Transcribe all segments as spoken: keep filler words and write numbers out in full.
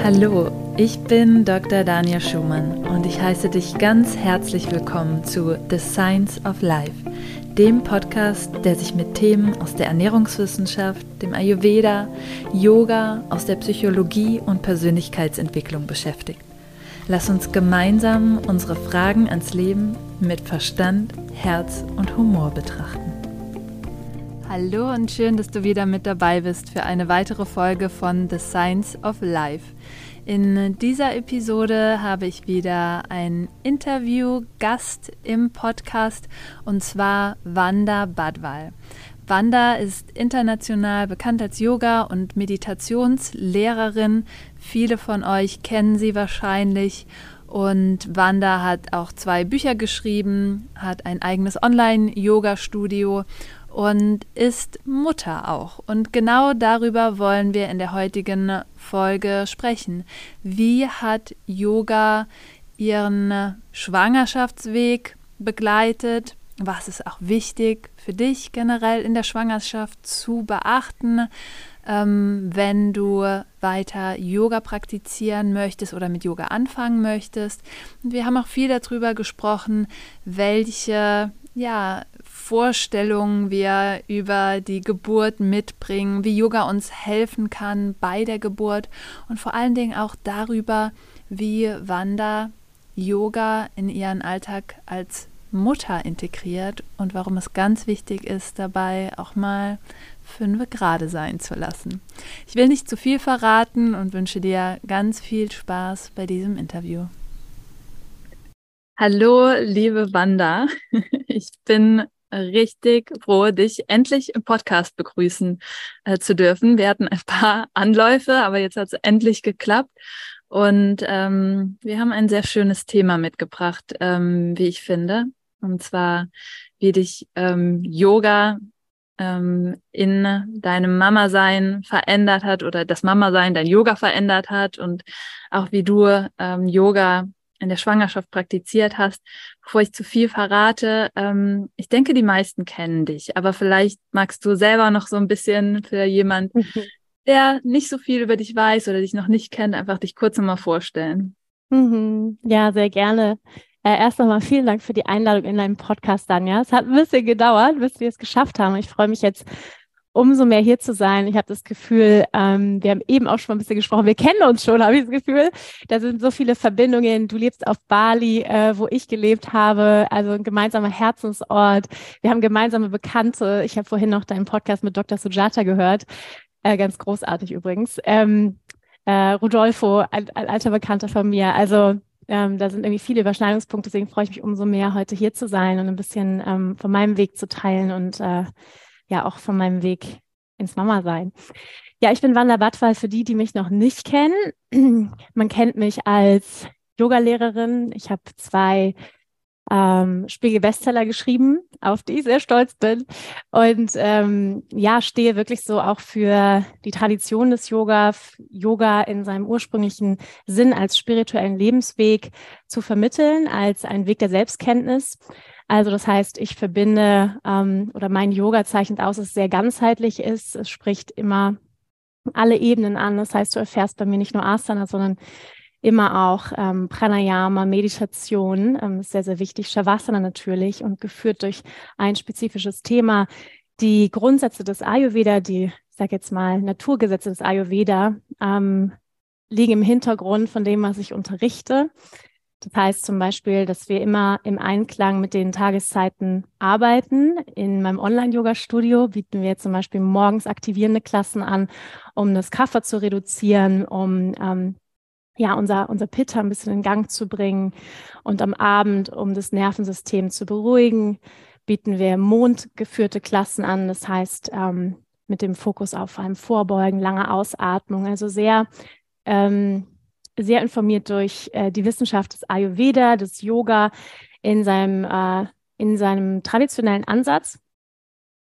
Hallo, ich bin Doktor Dania Schumann und ich heiße dich ganz herzlich willkommen zu The Science of Life, dem Podcast, der sich mit Themen aus der Ernährungswissenschaft, dem Ayurveda, Yoga, aus der Psychologie und Persönlichkeitsentwicklung beschäftigt. Lass uns gemeinsam unsere Fragen ans Leben mit Verstand, Herz und Humor betrachten. Hallo und schön, dass du wieder mit dabei bist für eine weitere Folge von The Science of Life. In dieser Episode habe ich wieder einen Interviewgast im Podcast und zwar Wanda Badwal. Wanda ist international bekannt als Yoga- und Meditationslehrerin. Viele von euch kennen sie wahrscheinlich. Und Wanda hat auch zwei Bücher geschrieben, hat ein eigenes Online-Yoga-Studio und ist Mutter auch. Und genau darüber wollen wir in der heutigen Folge sprechen. Wie hat Yoga ihren Schwangerschaftsweg begleitet? Was ist auch wichtig für dich generell in der Schwangerschaft zu beachten, ähm, wenn du weiter Yoga praktizieren möchtest oder mit Yoga anfangen möchtest? Und wir haben auch viel darüber gesprochen, welche ja, Vorstellungen wir über die Geburt mitbringen, wie Yoga uns helfen kann bei der Geburt und vor allen Dingen auch darüber, wie Wanda Yoga in ihren Alltag als Mutter integriert und warum es ganz wichtig ist, dabei auch mal fünf gerade sein zu lassen. Ich will nicht zu viel verraten und wünsche dir ganz viel Spaß bei diesem Interview. Hallo, liebe Wanda. Ich bin richtig froh, dich endlich im Podcast begrüßen äh, zu dürfen. Wir hatten ein paar Anläufe, aber jetzt hat es endlich geklappt. Und ähm, wir haben ein sehr schönes Thema mitgebracht, ähm, wie ich finde. Und zwar, wie dich ähm, Yoga ähm, in deinem Mama-Sein verändert hat oder das Mama-Sein dein Yoga verändert hat und auch wie du ähm, Yoga in der Schwangerschaft praktiziert hast. Bevor ich zu viel verrate, ähm, ich denke, die meisten kennen dich, aber vielleicht magst du selber noch so ein bisschen für jemanden, der nicht so viel über dich weiß oder dich noch nicht kennt, einfach dich kurz nochmal vorstellen. Mhm. Ja, sehr gerne. Äh, erst nochmal vielen Dank für die Einladung in deinen Podcast, Danja. Es hat ein bisschen gedauert, bis wir es geschafft haben. Ich freue mich jetzt umso mehr hier zu sein. Ich habe das Gefühl, ähm, wir haben eben auch schon mal ein bisschen gesprochen, wir kennen uns schon, habe ich das Gefühl. Da sind so viele Verbindungen. Du lebst auf Bali, äh, wo ich gelebt habe, also ein gemeinsamer Herzensort. Wir haben gemeinsame Bekannte. Ich habe vorhin noch deinen Podcast mit Doktor Sujata gehört. Äh, ganz großartig übrigens. Ähm, äh, Rodolfo, ein, ein alter Bekannter von mir. Also ähm, da sind irgendwie viele Überschneidungspunkte. Deswegen freue ich mich umso mehr, heute hier zu sein und ein bisschen ähm, von meinem Weg zu teilen und äh, ja auch von meinem Weg ins Mama-Sein. Ja, ich bin Wanda Badwal, für die, die mich noch nicht kennen. Man kennt mich als Yogalehrerin. Ich habe zwei ähm, Spiegel-Bestseller geschrieben, auf die ich sehr stolz bin. Und ähm, ja, stehe wirklich so auch für die Tradition des Yoga, Yoga in seinem ursprünglichen Sinn als spirituellen Lebensweg zu vermitteln, als einen Weg der Selbstkenntnis. Also das heißt, ich verbinde ähm, oder mein Yoga zeichnet aus, dass es sehr ganzheitlich ist. Es spricht immer alle Ebenen an. Das heißt, du erfährst bei mir nicht nur Asana, sondern immer auch ähm, Pranayama, Meditation, ähm, ist sehr, sehr wichtig, Shavasana natürlich und geführt durch ein spezifisches Thema. Die Grundsätze des Ayurveda, die, ich sage jetzt mal, Naturgesetze des Ayurveda, ähm, liegen im Hintergrund von dem, was ich unterrichte. Das heißt zum Beispiel, dass wir immer im Einklang mit den Tageszeiten arbeiten. In meinem Online-Yoga-Studio bieten wir zum Beispiel morgens aktivierende Klassen an, um das Kapha zu reduzieren, um ähm, ja, unser, unser Pitta ein bisschen in Gang zu bringen. Und am Abend, um das Nervensystem zu beruhigen, bieten wir mondgeführte Klassen an. Das heißt, ähm, mit dem Fokus auf vor allem Vorbeugen, lange Ausatmung, also sehr ähm, sehr informiert durch äh, die Wissenschaft des Ayurveda, des Yoga in seinem, äh, in seinem traditionellen Ansatz.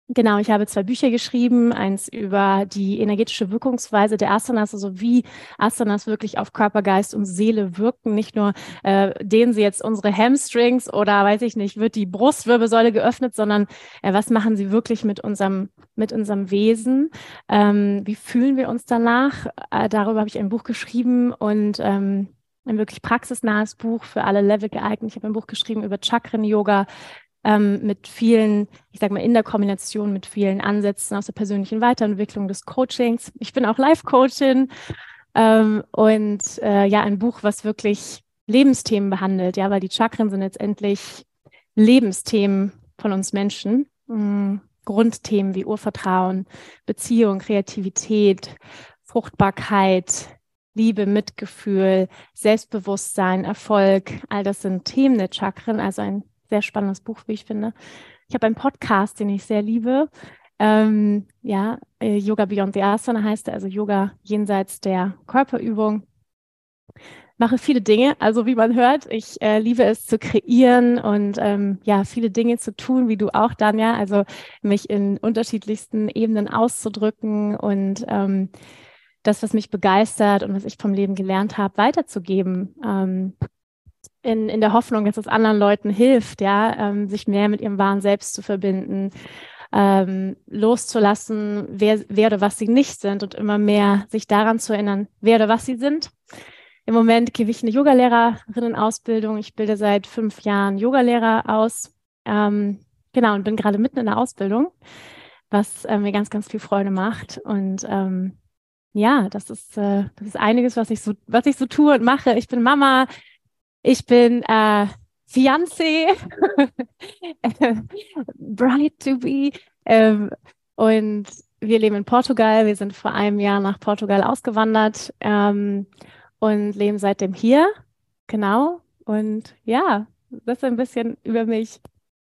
Genau, ich habe zwei Bücher geschrieben, eins über die energetische Wirkungsweise der Asanas, also wie Asanas wirklich auf Körper, Geist und Seele wirken. Nicht nur äh, dehnen sie jetzt unsere Hamstrings oder weiß ich nicht, wird die Brustwirbelsäule geöffnet, sondern äh, was machen sie wirklich mit unserem, mit unserem Wesen? Ähm, wie fühlen wir uns danach? Äh, darüber habe ich ein Buch geschrieben und ähm, ein wirklich praxisnahes Buch für alle Level geeignet. Ich habe ein Buch geschrieben über Chakren-Yoga, ähm, mit vielen, ich sage mal, in der Kombination mit vielen Ansätzen aus der persönlichen Weiterentwicklung des Coachings. Ich bin auch Life-Coachin ähm, und äh, ja, ein Buch, was wirklich Lebensthemen behandelt, ja, weil die Chakren sind letztendlich Lebensthemen von uns Menschen. Mhm. Grundthemen wie Urvertrauen, Beziehung, Kreativität, Fruchtbarkeit, Liebe, Mitgefühl, Selbstbewusstsein, Erfolg, all das sind Themen der Chakren, also ein sehr spannendes Buch, wie ich finde. Ich habe einen Podcast, den ich sehr liebe. Ähm, ja, äh, Yoga Beyond the Asana heißt er, also Yoga jenseits der Körperübung. Mache viele Dinge, also wie man hört, ich äh, liebe es zu kreieren und ähm, ja, viele Dinge zu tun, wie du auch, Danja, also mich in unterschiedlichsten Ebenen auszudrücken und ähm, das, was mich begeistert und was ich vom Leben gelernt habe, weiterzugeben. Ähm, in, in der Hoffnung, dass es anderen Leuten hilft, ja, ähm, sich mehr mit ihrem wahren Selbst zu verbinden, ähm, loszulassen, wer, wer oder was sie nicht sind und immer mehr sich daran zu erinnern, wer oder was sie sind. Im Moment gebe ich eine Yogalehrerinnen-Ausbildung. Ich bilde seit fünf Jahren Yogalehrer aus. Ähm, genau, und bin gerade mitten in der Ausbildung, was äh, mir ganz, ganz viel Freude macht. Und ähm, ja, das ist, äh, das ist einiges, was ich so, was ich so tue und mache. Ich bin Mama, ich bin äh, Fiancé, Bride to be. Ähm, und wir leben in Portugal. Wir sind vor einem Jahr nach Portugal ausgewandert ähm, und leben seitdem hier. Genau. Und ja, das ist ein bisschen über mich.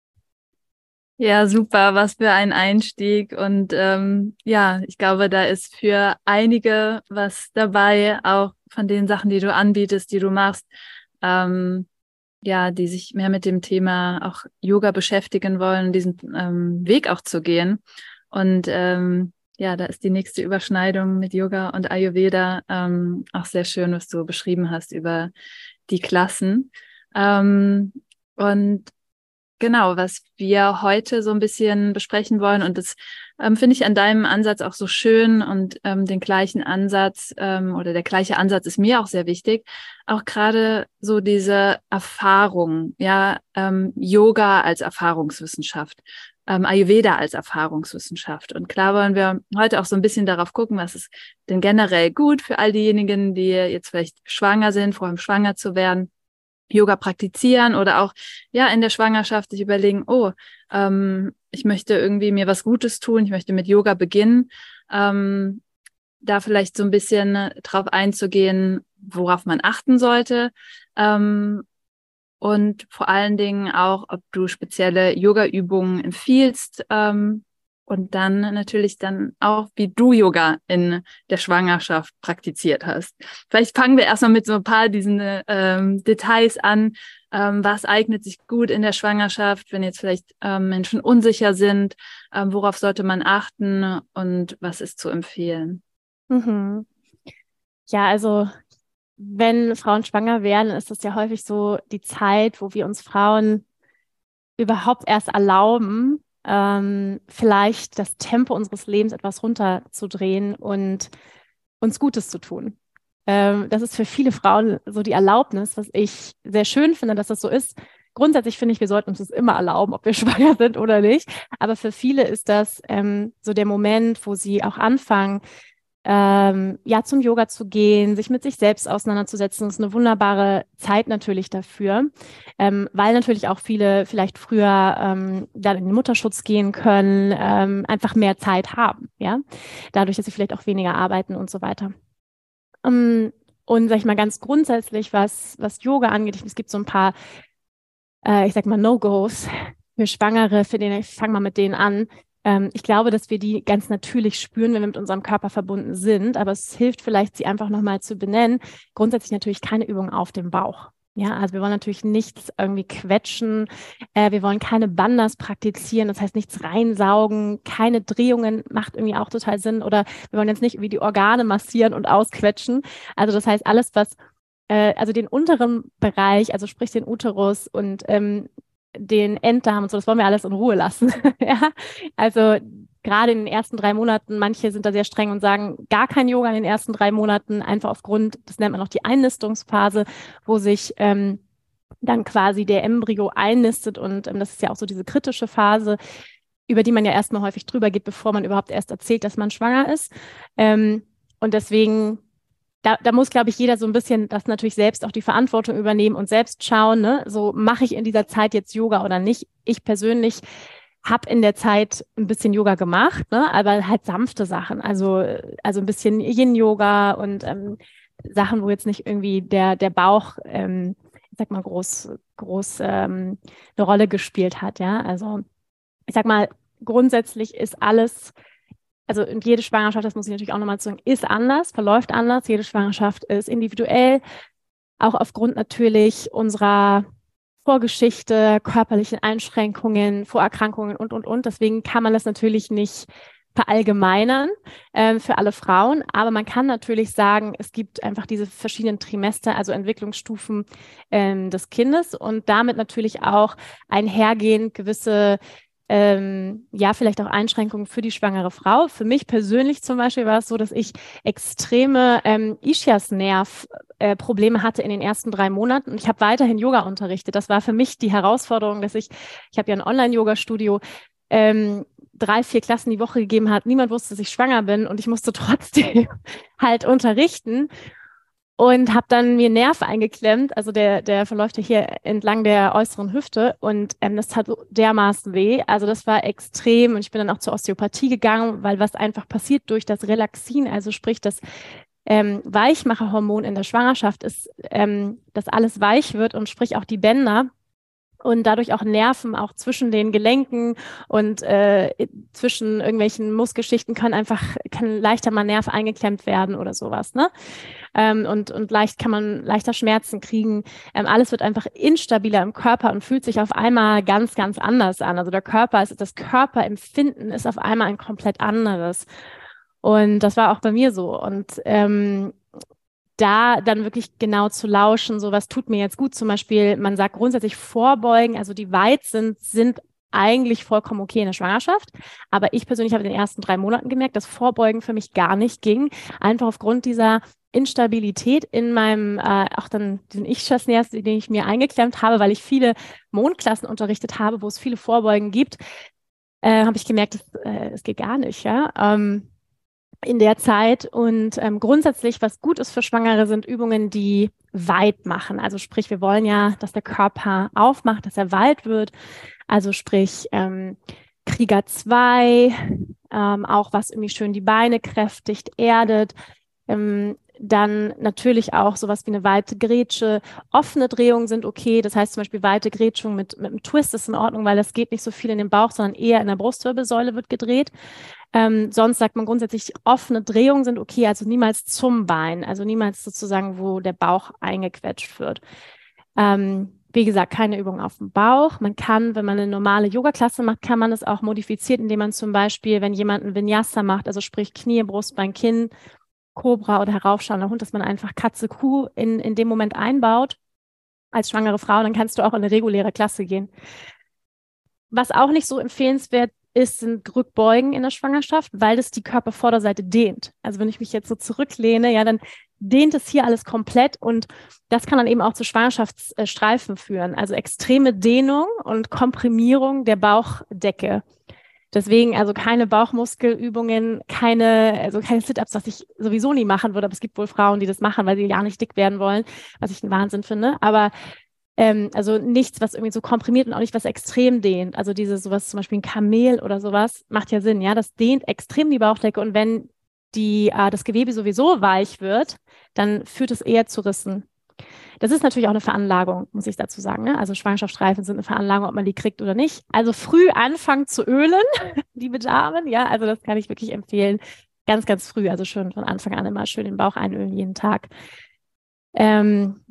Ja, super, was für ein Einstieg. Und ähm, ja, ich glaube, da ist für einige was dabei, auch von den Sachen, die du anbietest, die du machst, ähm, ja, die sich mehr mit dem Thema auch Yoga beschäftigen wollen, diesen ähm, Weg auch zu gehen. Und ähm, ja, da ist die nächste Überschneidung mit Yoga und Ayurveda ähm, auch sehr schön, was du beschrieben hast über die Klassen. Ähm, und Genau, was wir heute so ein bisschen besprechen wollen, und das ähm, finde ich an deinem Ansatz auch so schön, und ähm, den gleichen Ansatz ähm, oder der gleiche Ansatz ist mir auch sehr wichtig, auch gerade so diese Erfahrung, ja, ähm, Yoga als Erfahrungswissenschaft, ähm, Ayurveda als Erfahrungswissenschaft. Und klar wollen wir heute auch so ein bisschen darauf gucken, was ist denn generell gut für all diejenigen, die jetzt vielleicht schwanger sind, vor allem schwanger zu werden, Yoga praktizieren oder auch ja in der Schwangerschaft sich überlegen, oh, ähm, ich möchte irgendwie mir was Gutes tun, ich möchte mit Yoga beginnen, ähm, da vielleicht so ein bisschen drauf einzugehen, worauf man achten sollte, ähm, und vor allen Dingen auch, ob du spezielle Yoga-Übungen empfiehlst, ähm, und dann natürlich dann auch, wie du Yoga in der Schwangerschaft praktiziert hast. Vielleicht fangen wir erstmal mit so ein paar diesen ähm, Details an. Ähm, was eignet sich gut in der Schwangerschaft, wenn jetzt vielleicht ähm, Menschen unsicher sind? Ähm, worauf sollte man achten und was ist zu empfehlen? Mhm. Ja, also wenn Frauen schwanger werden, ist das ja häufig so die Zeit, wo wir uns Frauen überhaupt erst erlauben, ähm, vielleicht das Tempo unseres Lebens etwas runterzudrehen und uns Gutes zu tun. Ähm, das ist für viele Frauen so die Erlaubnis, was ich sehr schön finde, dass das so ist. Grundsätzlich finde ich, wir sollten uns das immer erlauben, ob wir schwanger sind oder nicht. Aber für viele ist das ähm, so der Moment, wo sie auch anfangen, ähm, ja, zum Yoga zu gehen, sich mit sich selbst auseinanderzusetzen. Das ist eine wunderbare Zeit natürlich dafür, ähm, weil natürlich auch viele vielleicht früher ähm, dann in den Mutterschutz gehen können, ähm, einfach mehr Zeit haben, ja, dadurch, dass sie vielleicht auch weniger arbeiten und so weiter. Um, und sag ich mal ganz grundsätzlich, was, was Yoga angeht, es gibt so ein paar, äh, ich sag mal, No-Gos für Schwangere, für denen, ich fange mal mit denen an. Ähm, ich glaube, dass wir die ganz natürlich spüren, wenn wir mit unserem Körper verbunden sind, aber es hilft vielleicht, sie einfach nochmal zu benennen. Grundsätzlich natürlich keine Übung auf dem Bauch. Ja, also wir wollen natürlich nichts irgendwie quetschen. Äh, wir wollen keine Bandas praktizieren, das heißt nichts reinsaugen, keine Drehungen, macht irgendwie auch total Sinn. Oder wir wollen jetzt nicht irgendwie die Organe massieren und ausquetschen. Also das heißt alles, was, äh, also den unteren Bereich, also sprich den Uterus und ähm, den Enddarm und so, das wollen wir alles in Ruhe lassen. Ja, also gerade in den ersten drei Monaten, manche sind da sehr streng und sagen, gar kein Yoga in den ersten drei Monaten, einfach aufgrund, das nennt man auch die Einnistungsphase, wo sich ähm, dann quasi der Embryo einnistet und ähm, das ist ja auch so diese kritische Phase, über die man ja erstmal häufig drüber geht, bevor man überhaupt erst erzählt, dass man schwanger ist. Ähm, und deswegen, da, da muss, glaube ich, jeder so ein bisschen das natürlich selbst auch die Verantwortung übernehmen und selbst schauen, ne? So mache ich in dieser Zeit jetzt Yoga oder nicht. Ich persönlich habe in der Zeit ein bisschen Yoga gemacht, ne? Aber halt sanfte Sachen, also, also ein bisschen Yin-Yoga und ähm, Sachen, wo jetzt nicht irgendwie der, der Bauch, ähm, ich sag mal, groß, groß ähm, eine Rolle gespielt hat, ja. Also ich sag mal, grundsätzlich ist alles, also jede Schwangerschaft, das muss ich natürlich auch nochmal sagen, ist anders, verläuft anders. Jede Schwangerschaft ist individuell, auch aufgrund natürlich unserer Vorgeschichte, körperlichen Einschränkungen, Vorerkrankungen und, und, und. Deswegen kann man das natürlich nicht verallgemeinern äh, für alle Frauen. Aber man kann natürlich sagen, es gibt einfach diese verschiedenen Trimester, also Entwicklungsstufen ähm, des Kindes und damit natürlich auch einhergehend gewisse ähm, ja, vielleicht auch Einschränkungen für die schwangere Frau. Für mich persönlich zum Beispiel war es so, dass ich extreme ähm, Ischiasnerv-Probleme äh, hatte in den ersten drei Monaten und ich habe weiterhin Yoga unterrichtet. Das war für mich die Herausforderung, dass ich, ich habe ja ein Online-Yoga-Studio, ähm, drei, vier Klassen die Woche gegeben hat. Niemand wusste, dass ich schwanger bin und ich musste trotzdem halt unterrichten. Und habe dann mir Nerv eingeklemmt, also der, der verläuft ja hier entlang der äußeren Hüfte und ähm, das tat so dermaßen weh. Also das war extrem und ich bin dann auch zur Osteopathie gegangen, weil was einfach passiert durch das Relaxin, also sprich das ähm, Weichmacherhormon in der Schwangerschaft ist, ähm, dass alles weich wird und sprich auch die Bänder und dadurch auch Nerven auch zwischen den Gelenken und äh, zwischen irgendwelchen Muskelschichten können einfach, kann leichter mal Nerv eingeklemmt werden oder sowas, ne? Ähm, und, und leicht kann man leichter Schmerzen kriegen. Ähm, alles wird einfach instabiler im Körper und fühlt sich auf einmal ganz, ganz anders an. Also der Körper, ist, das Körperempfinden ist auf einmal ein komplett anderes. Und das war auch bei mir so. Und ähm, da dann wirklich genau zu lauschen, so was tut mir jetzt gut. Zum Beispiel, man sagt grundsätzlich vorbeugen, also die weit sind, sind eigentlich vollkommen okay in der Schwangerschaft. Aber ich persönlich habe in den ersten drei Monaten gemerkt, dass Vorbeugen für mich gar nicht ging. Einfach aufgrund dieser Instabilität in meinem, äh, auch dann diesen Ischiasnerv, den ich mir eingeklemmt habe, weil ich viele Mondklassen unterrichtet habe, wo es viele Vorbeugen gibt, äh, habe ich gemerkt, das, äh, das geht gar nicht, ja. Ähm, in der Zeit. Und ähm, grundsätzlich, was gut ist für Schwangere, sind Übungen, die weit machen. Also sprich, wir wollen ja, dass der Körper aufmacht, dass er weit wird. Also sprich, ähm, Krieger zwei, ähm, auch was irgendwie schön die Beine kräftigt, erdet. Ähm, dann natürlich auch sowas wie eine weite Grätsche. Offene Drehungen sind okay. Das heißt zum Beispiel weite Grätschung mit, mit einem Twist ist in Ordnung, weil das geht nicht so viel in den Bauch, sondern eher in der Brustwirbelsäule wird gedreht. Ähm, sonst sagt man grundsätzlich, offene Drehungen sind okay, also niemals zum Bein, also niemals sozusagen, wo der Bauch eingequetscht wird. Ähm, wie gesagt, keine Übung auf dem Bauch. Man kann, wenn man eine normale Yoga-Klasse macht, kann man das auch modifizieren, indem man zum Beispiel, wenn jemand ein Vinyasa macht, also sprich Knie, Brustbein, Kinn, Kobra oder heraufschauender Hund, dass man einfach Katze, Kuh in, in dem Moment einbaut als schwangere Frau, dann kannst du auch in eine reguläre Klasse gehen. Was auch nicht so empfehlenswert ist, sind Rückbeugen in der Schwangerschaft, weil das die Körpervorderseite dehnt. Also wenn ich mich jetzt so zurücklehne, ja, dann dehnt es hier alles komplett und das kann dann eben auch zu Schwangerschaftsstreifen führen. Also extreme Dehnung und Komprimierung der Bauchdecke. Deswegen also keine Bauchmuskelübungen, keine, also keine Sit-Ups, was ich sowieso nie machen würde, aber es gibt wohl Frauen, die das machen, weil sie ja nicht dick werden wollen, was ich einen Wahnsinn finde. Aber ähm, also nichts, was irgendwie so komprimiert und auch nicht was extrem dehnt. Also dieses sowas, zum Beispiel ein Kamel oder sowas, macht ja Sinn, ja. Das dehnt extrem die Bauchdecke und wenn die, äh, das Gewebe sowieso weich wird, dann führt es eher zu Rissen. Das ist natürlich auch eine Veranlagung, muss ich dazu sagen. Ne? Also Schwangerschaftsstreifen sind eine Veranlagung, ob man die kriegt oder nicht. Also früh anfangen zu ölen, liebe Damen. Ja, also das kann ich wirklich empfehlen. Ganz, ganz früh, also schon von Anfang an immer schön den Bauch einölen jeden Tag. Ähm,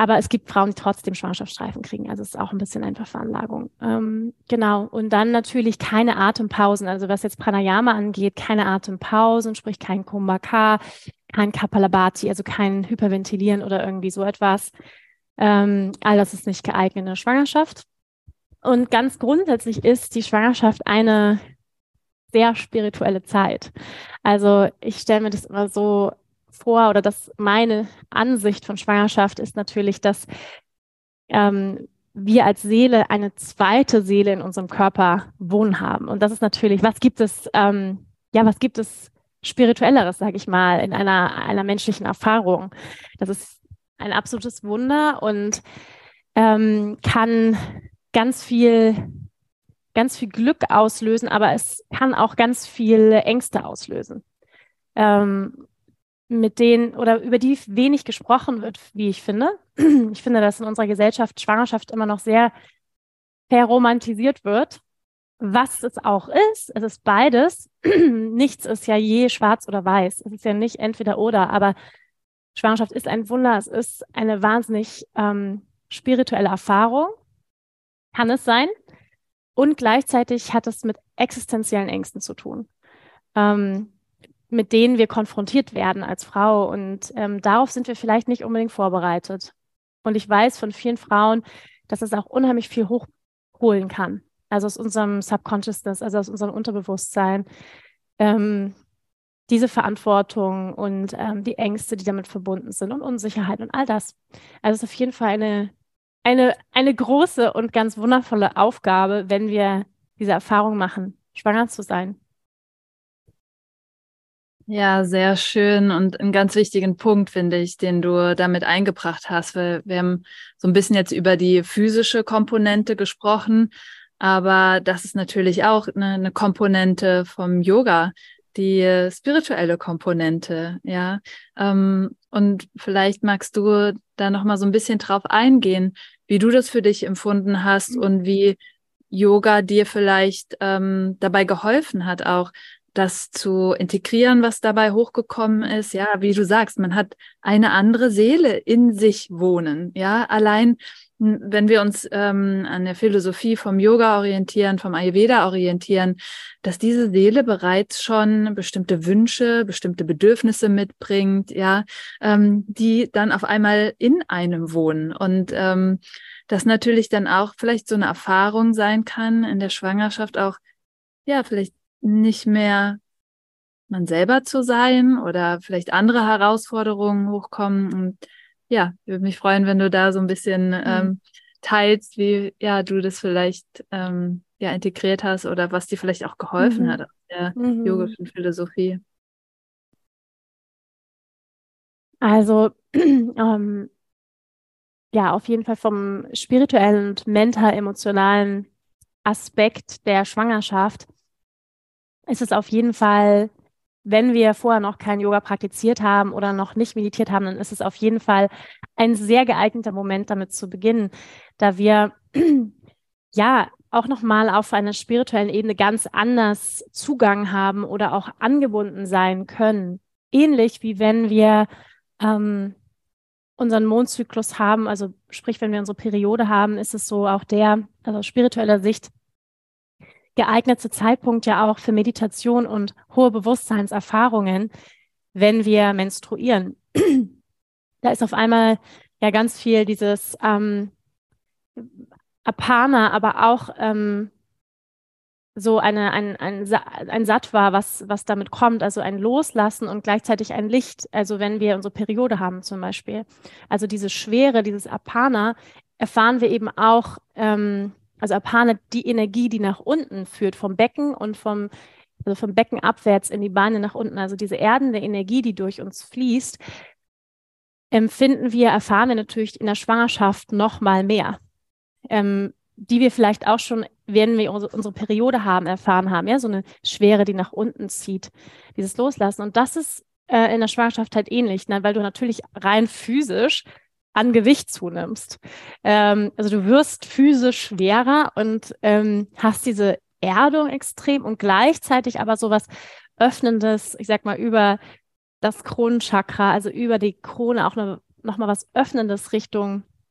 aber es gibt Frauen, die trotzdem Schwangerschaftsstreifen kriegen. Also es ist auch ein bisschen einfach Veranlagung. Ähm, genau. Und dann natürlich keine Atempausen. Also was jetzt Pranayama angeht, keine Atempausen, sprich kein Kumbhaka, kein Kapalabhati, also kein Hyperventilieren oder irgendwie so etwas. Ähm, all das ist nicht geeignet in der Schwangerschaft. Und ganz grundsätzlich ist die Schwangerschaft eine sehr spirituelle Zeit. Also ich stelle mir das immer so vor, oder dass meine Ansicht von Schwangerschaft ist natürlich, dass ähm, wir als Seele eine zweite Seele in unserem Körper wohnen haben. Und das ist natürlich, was gibt es, ähm, ja, was gibt es Spirituelleres, sage ich mal, in einer, einer menschlichen Erfahrung? Das ist ein absolutes Wunder und ähm, kann ganz viel ganz viel Glück auslösen, aber es kann auch ganz viele Ängste auslösen, ähm, mit denen oder über die wenig gesprochen wird, wie ich finde. Ich finde, dass in unserer Gesellschaft Schwangerschaft immer noch sehr verromantisiert wird, was es auch ist. Es ist beides. Nichts ist ja je schwarz oder weiß. Es ist ja nicht entweder oder, aber Schwangerschaft ist ein Wunder. Es ist eine wahnsinnig ähm, spirituelle Erfahrung. Kann es sein? Und gleichzeitig hat es mit existenziellen Ängsten zu tun, ähm, mit denen wir konfrontiert werden als Frau. Und ähm, darauf sind wir vielleicht nicht unbedingt vorbereitet. Und ich weiß von vielen Frauen, dass es auch unheimlich viel hochholen kann. Also aus unserem Subconsciousness, also aus unserem Unterbewusstsein. Ähm, diese Verantwortung und ähm, die Ängste, die damit verbunden sind und Unsicherheit und all das. Also es ist auf jeden Fall eine Eine, eine große und ganz wundervolle Aufgabe, wenn wir diese Erfahrung machen, schwanger zu sein. Ja, sehr schön und einen ganz wichtigen Punkt, finde ich, den du damit eingebracht hast. Wir, wir haben so ein bisschen jetzt über die physische Komponente gesprochen, aber das ist natürlich auch eine, eine Komponente vom Yoga, die spirituelle Komponente, ja. Ähm, und vielleicht magst du da noch mal so ein bisschen drauf eingehen, wie du das für dich empfunden hast und wie Yoga dir vielleicht ähm, dabei geholfen hat, auch das zu integrieren, was dabei hochgekommen ist. Ja, wie du sagst, man hat eine andere Seele in sich wohnen. Ja, allein wenn wir uns ähm, an der Philosophie vom Yoga orientieren, vom Ayurveda orientieren, dass diese Seele bereits schon bestimmte Wünsche, bestimmte Bedürfnisse mitbringt, ja, ähm, die dann auf einmal in einem wohnen. Und ähm, das natürlich dann auch vielleicht so eine Erfahrung sein kann in der Schwangerschaft auch, ja, vielleicht nicht mehr man selber zu sein oder vielleicht andere Herausforderungen hochkommen. Und ja, ich würde mich freuen, wenn du da so ein bisschen mhm. ähm, teilst, wie ja du das vielleicht ähm, ja integriert hast oder was dir vielleicht auch geholfen mhm. hat aus der mhm. yogischen Philosophie. Also ähm, ja, auf jeden Fall vom spirituellen und mental-emotionalen Aspekt der Schwangerschaft ist es auf jeden Fall, wenn wir vorher noch kein Yoga praktiziert haben oder noch nicht meditiert haben, dann ist es auf jeden Fall ein sehr geeigneter Moment, damit zu beginnen, da wir ja auch nochmal auf einer spirituellen Ebene ganz anders Zugang haben oder auch angebunden sein können. Ähnlich wie wenn wir ähm, unseren Mondzyklus haben, also sprich, wenn wir unsere Periode haben, ist es so auch der, also aus spiritueller Sicht, geeignete Zeitpunkt ja auch für Meditation und hohe Bewusstseinserfahrungen, wenn wir menstruieren. Da ist auf einmal ja ganz viel dieses ähm, Apana, aber auch ähm, so eine, ein, ein, ein Sattva, was, was damit kommt, also ein Loslassen und gleichzeitig ein Licht, also wenn wir unsere Periode haben zum Beispiel. Also diese Schwere, dieses Apana, erfahren wir eben auch, ähm, also Apana, die Energie, die nach unten führt, vom Becken und vom, also vom Becken abwärts in die Beine nach unten, also diese erdende Energie, die durch uns fließt, empfinden wir, erfahren wir natürlich in der Schwangerschaft noch mal mehr. Ähm, die wir vielleicht auch schon, wenn wir unsere, unsere Periode haben, erfahren haben, ja, so eine Schwere, die nach unten zieht, dieses Loslassen. Und das ist äh, in der Schwangerschaft halt ähnlich, ne? Weil du natürlich rein physisch an Gewicht zunimmst. Ähm, also du wirst physisch schwerer und ähm, hast diese Erdung extrem und gleichzeitig aber sowas Öffnendes, ich sag mal, über das Kronenchakra, also über die Krone auch noch, noch mal was Öffnendes Richtung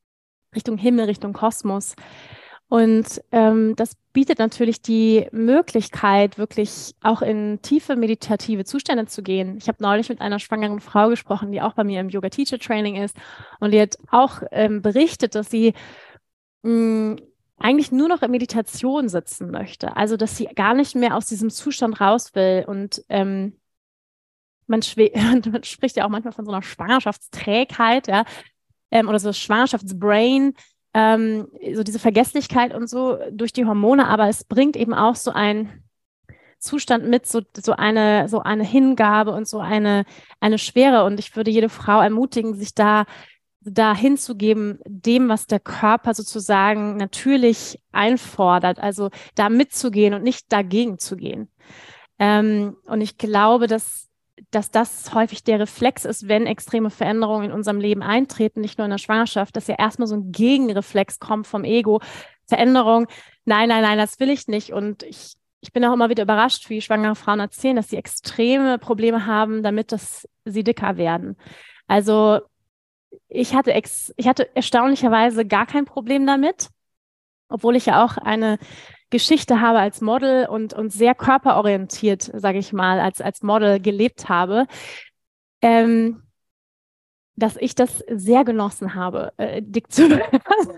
Richtung Himmel, Richtung Kosmos. Und ähm, das bietet natürlich die Möglichkeit, wirklich auch in tiefe meditative Zustände zu gehen. Ich habe neulich mit einer schwangeren Frau gesprochen, die auch bei mir im Yoga-Teacher-Training ist. Und die hat auch ähm, berichtet, dass sie mh, eigentlich nur noch in Meditation sitzen möchte. Also, dass sie gar nicht mehr aus diesem Zustand raus will. Und ähm, man, man spricht ja auch manchmal von so einer Schwangerschaftsträgheit, ja, ähm, oder so Schwangerschaftsbrain, ähm, so diese Vergesslichkeit und so durch die Hormone, aber es bringt eben auch so einen Zustand mit, so, so eine, so eine Hingabe und so eine, eine Schwere. Und ich würde jede Frau ermutigen, sich da, da hinzugeben, dem, was der Körper sozusagen natürlich einfordert, also da mitzugehen und nicht dagegen zu gehen. Ähm, und ich glaube, dass dass das häufig der Reflex ist, wenn extreme Veränderungen in unserem Leben eintreten, nicht nur in der Schwangerschaft, dass ja erstmal so ein Gegenreflex kommt vom Ego. Veränderung, nein, nein, nein, das will ich nicht. Und ich, ich bin auch immer wieder überrascht, wie schwangere Frauen erzählen, dass sie extreme Probleme haben, damit dass sie dicker werden. Also ich hatte, ex, ich hatte erstaunlicherweise gar kein Problem damit, obwohl ich ja auch eine Geschichte habe als Model und, und sehr körperorientiert, sage ich mal, als, als Model gelebt habe, ähm, dass ich das sehr genossen habe, äh, dick zu werden.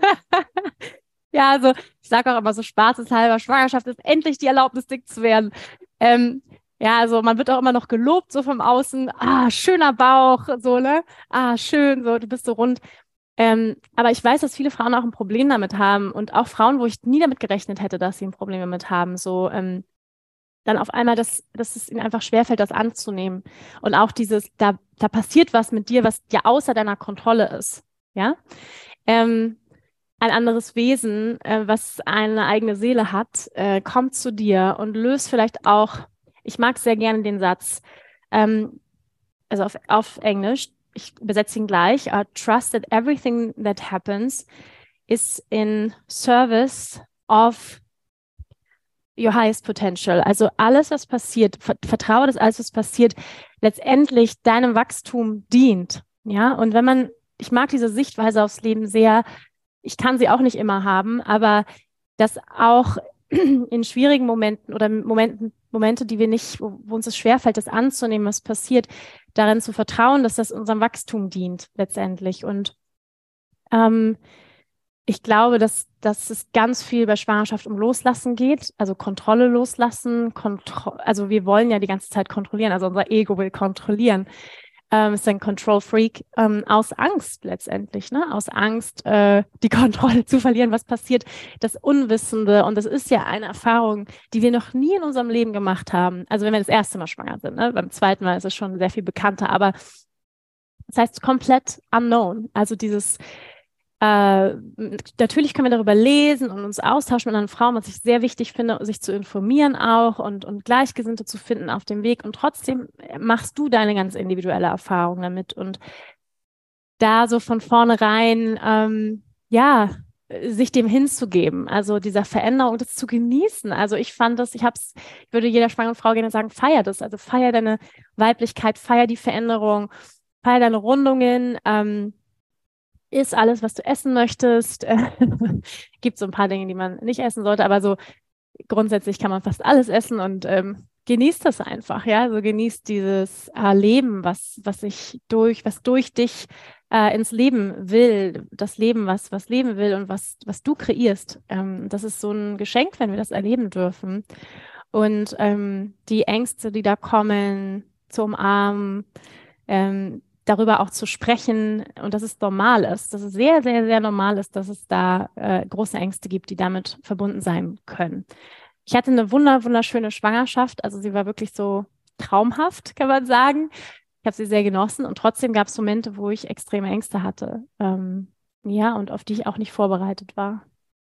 Ja, also ich sage auch immer so spaßeshalber, Schwangerschaft ist endlich die Erlaubnis, dick zu werden. Ähm, ja, also man wird auch immer noch gelobt, so vom Außen, ah, schöner Bauch, so, ne? Ah, schön, so, du bist so rund. Ähm, aber ich weiß, dass viele Frauen auch ein Problem damit haben und auch Frauen, wo ich nie damit gerechnet hätte, dass sie ein Problem damit haben, so ähm, dann auf einmal, dass, dass es ihnen einfach schwerfällt, das anzunehmen. Und auch dieses, da, da passiert was mit dir, was ja außer deiner Kontrolle ist. Ja? Ähm, ein anderes Wesen, äh, was eine eigene Seele hat, äh, kommt zu dir und löst vielleicht auch, ich mag sehr gerne den Satz, ähm, also auf, auf Englisch, ich übersetze ihn gleich, uh, trust that everything that happens is in service of your highest potential. Also alles, was passiert, vertraue, dass alles, was passiert, letztendlich deinem Wachstum dient. Ja, und wenn man, ich mag diese Sichtweise aufs Leben sehr, ich kann sie auch nicht immer haben, aber dass auch in schwierigen Momenten oder Momenten, Momente, die wir nicht, wo, wo uns es schwerfällt, das anzunehmen, was passiert, darin zu vertrauen, dass das unserem Wachstum dient letztendlich. Und ähm, ich glaube, dass, dass es ganz viel bei Schwangerschaft um Loslassen geht, also Kontrolle loslassen. Kontro also wir wollen ja die ganze Zeit kontrollieren, also unser Ego will kontrollieren. Ähm, ist ein Control Freak ähm, aus Angst letztendlich, ne? Aus Angst, äh, die Kontrolle zu verlieren, was passiert, das Unwissende. Und das ist ja eine Erfahrung, die wir noch nie in unserem Leben gemacht haben. Also wenn wir das erste Mal schwanger sind, ne? Beim zweiten Mal ist es schon sehr viel bekannter, aber das heißt komplett unknown. Also dieses Äh, natürlich können wir darüber lesen und uns austauschen mit anderen Frauen, was ich sehr wichtig finde, sich zu informieren auch und, und Gleichgesinnte zu finden auf dem Weg. Und trotzdem machst du deine ganz individuelle Erfahrung damit. Und da so von vornherein, ähm, ja, sich dem hinzugeben, also dieser Veränderung, das zu genießen. Also ich fand das, ich hab's, ich würde jeder schwangeren Frau gerne sagen, feier das. Also feier deine Weiblichkeit, feier die Veränderung, feier deine Rundungen, ähm, iss alles, was du essen möchtest. Gibt so ein paar Dinge, die man nicht essen sollte, aber so grundsätzlich kann man fast alles essen und ähm, genießt das einfach, ja. Also genießt dieses äh, Leben, was, was sich durch, was durch dich äh, ins Leben will, das Leben, was, was leben will und was, was du kreierst. Ähm, das ist so ein Geschenk, wenn wir das erleben dürfen. Und ähm, die Ängste, die da kommen, zu umarmen, ähm, darüber auch zu sprechen und dass es normal ist, dass es sehr, sehr, sehr normal ist, dass es da äh, große Ängste gibt, die damit verbunden sein können. Ich hatte eine wunder, wunderschöne Schwangerschaft, also sie war wirklich so traumhaft, kann man sagen. Ich habe sie sehr genossen und trotzdem gab es Momente, wo ich extreme Ängste hatte, ähm, ja, und auf die ich auch nicht vorbereitet war.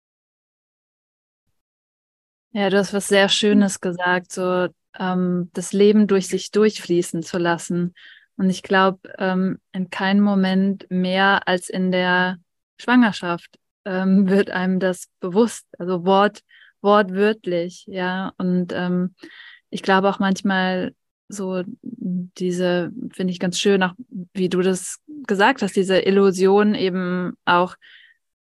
Ja, du hast was sehr Schönes gesagt, so ähm, das Leben durch sich durchfließen zu lassen. Und ich glaube, ähm, in keinem Moment mehr als in der Schwangerschaft ähm, wird einem das bewusst, also Wort, wortwörtlich, ja. Und ähm, ich glaube auch manchmal so diese, finde ich ganz schön, auch wie du das gesagt hast, diese Illusion eben auch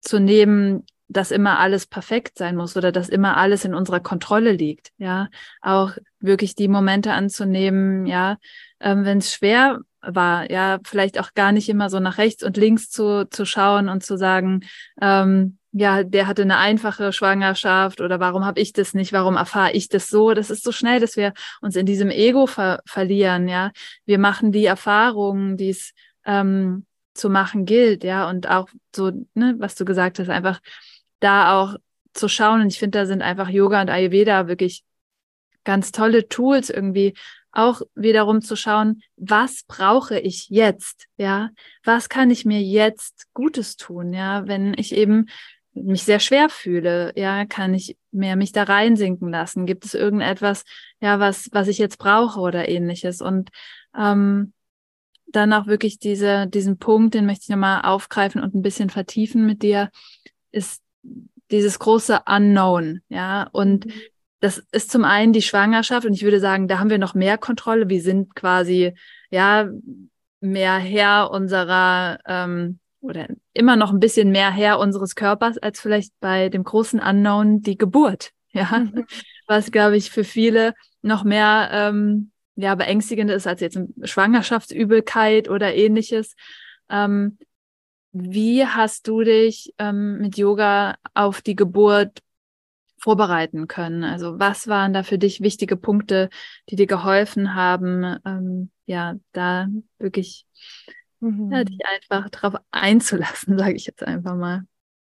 zu nehmen, dass immer alles perfekt sein muss oder dass immer alles in unserer Kontrolle liegt, ja, auch wirklich die Momente anzunehmen, ja, ähm, wenn es schwer war, ja, vielleicht auch gar nicht immer so nach rechts und links zu, zu schauen und zu sagen, ähm, ja, der hatte eine einfache Schwangerschaft oder warum habe ich das nicht, warum erfahre ich das so? Das ist so schnell, dass wir uns in diesem Ego ver verlieren, ja. Wir machen die Erfahrungen, die es ähm, zu machen gilt, ja, und auch so, ne, was du gesagt hast, einfach da auch zu schauen. Und ich finde, da sind einfach Yoga und Ayurveda wirklich ganz tolle Tools irgendwie, auch wiederum zu schauen, was brauche ich jetzt, ja, was kann ich mir jetzt Gutes tun, ja, wenn ich eben mich sehr schwer fühle, ja, kann ich mehr mich da reinsinken lassen, gibt es irgendetwas, ja, was, was ich jetzt brauche oder ähnliches und ähm, dann auch wirklich diese, diesen Punkt, den möchte ich nochmal aufgreifen und ein bisschen vertiefen mit dir, ist dieses große Unknown, ja, und mhm. das ist zum einen die Schwangerschaft und ich würde sagen, da haben wir noch mehr Kontrolle. Wir sind quasi, ja, mehr Herr unserer, ähm, oder immer noch ein bisschen mehr Herr unseres Körpers als vielleicht bei dem großen Unknown, die Geburt, ja, mhm. was, glaube ich, für viele noch mehr, ähm, ja, beängstigend ist als jetzt eine Schwangerschaftsübelkeit oder ähnliches. Ähm, wie hast du dich ähm, mit Yoga auf die Geburt vorbereiten können? Also was waren da für dich wichtige Punkte, die dir geholfen haben, ähm, ja, da wirklich mhm. ja, dich einfach drauf einzulassen, sage ich jetzt einfach mal.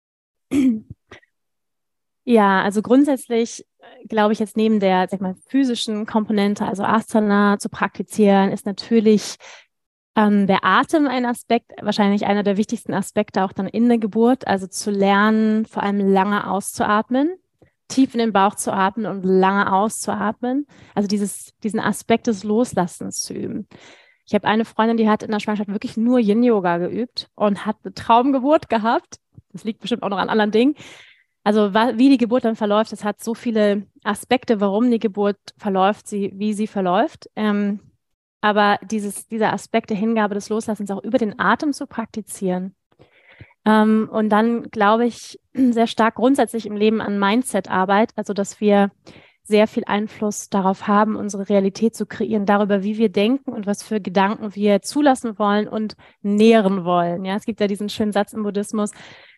Ja, also grundsätzlich glaube ich jetzt neben der, sag mal, physischen Komponente, also Asana zu praktizieren, ist natürlich ähm, der Atem ein Aspekt, wahrscheinlich einer der wichtigsten Aspekte auch dann in der Geburt, also zu lernen, vor allem lange auszuatmen, tief in den Bauch zu atmen und lange auszuatmen. Also dieses, diesen Aspekt des Loslassens zu üben. Ich habe eine Freundin, die hat in der Schwangerschaft wirklich nur Yin-Yoga geübt und hat eine Traumgeburt gehabt. Das liegt bestimmt auch noch an anderen Dingen. Also wie die Geburt dann verläuft, das hat so viele Aspekte, warum die Geburt verläuft, sie, wie sie verläuft. Ähm, aber dieses, dieser Aspekt der Hingabe des Loslassens auch über den Atem zu praktizieren. Ähm, und dann glaube ich sehr stark grundsätzlich im Leben an Mindset-Arbeit, also dass wir sehr viel Einfluss darauf haben, unsere Realität zu kreieren, darüber, wie wir denken und was für Gedanken wir zulassen wollen und nähren wollen. Ja, es gibt ja diesen schönen Satz im Buddhismus,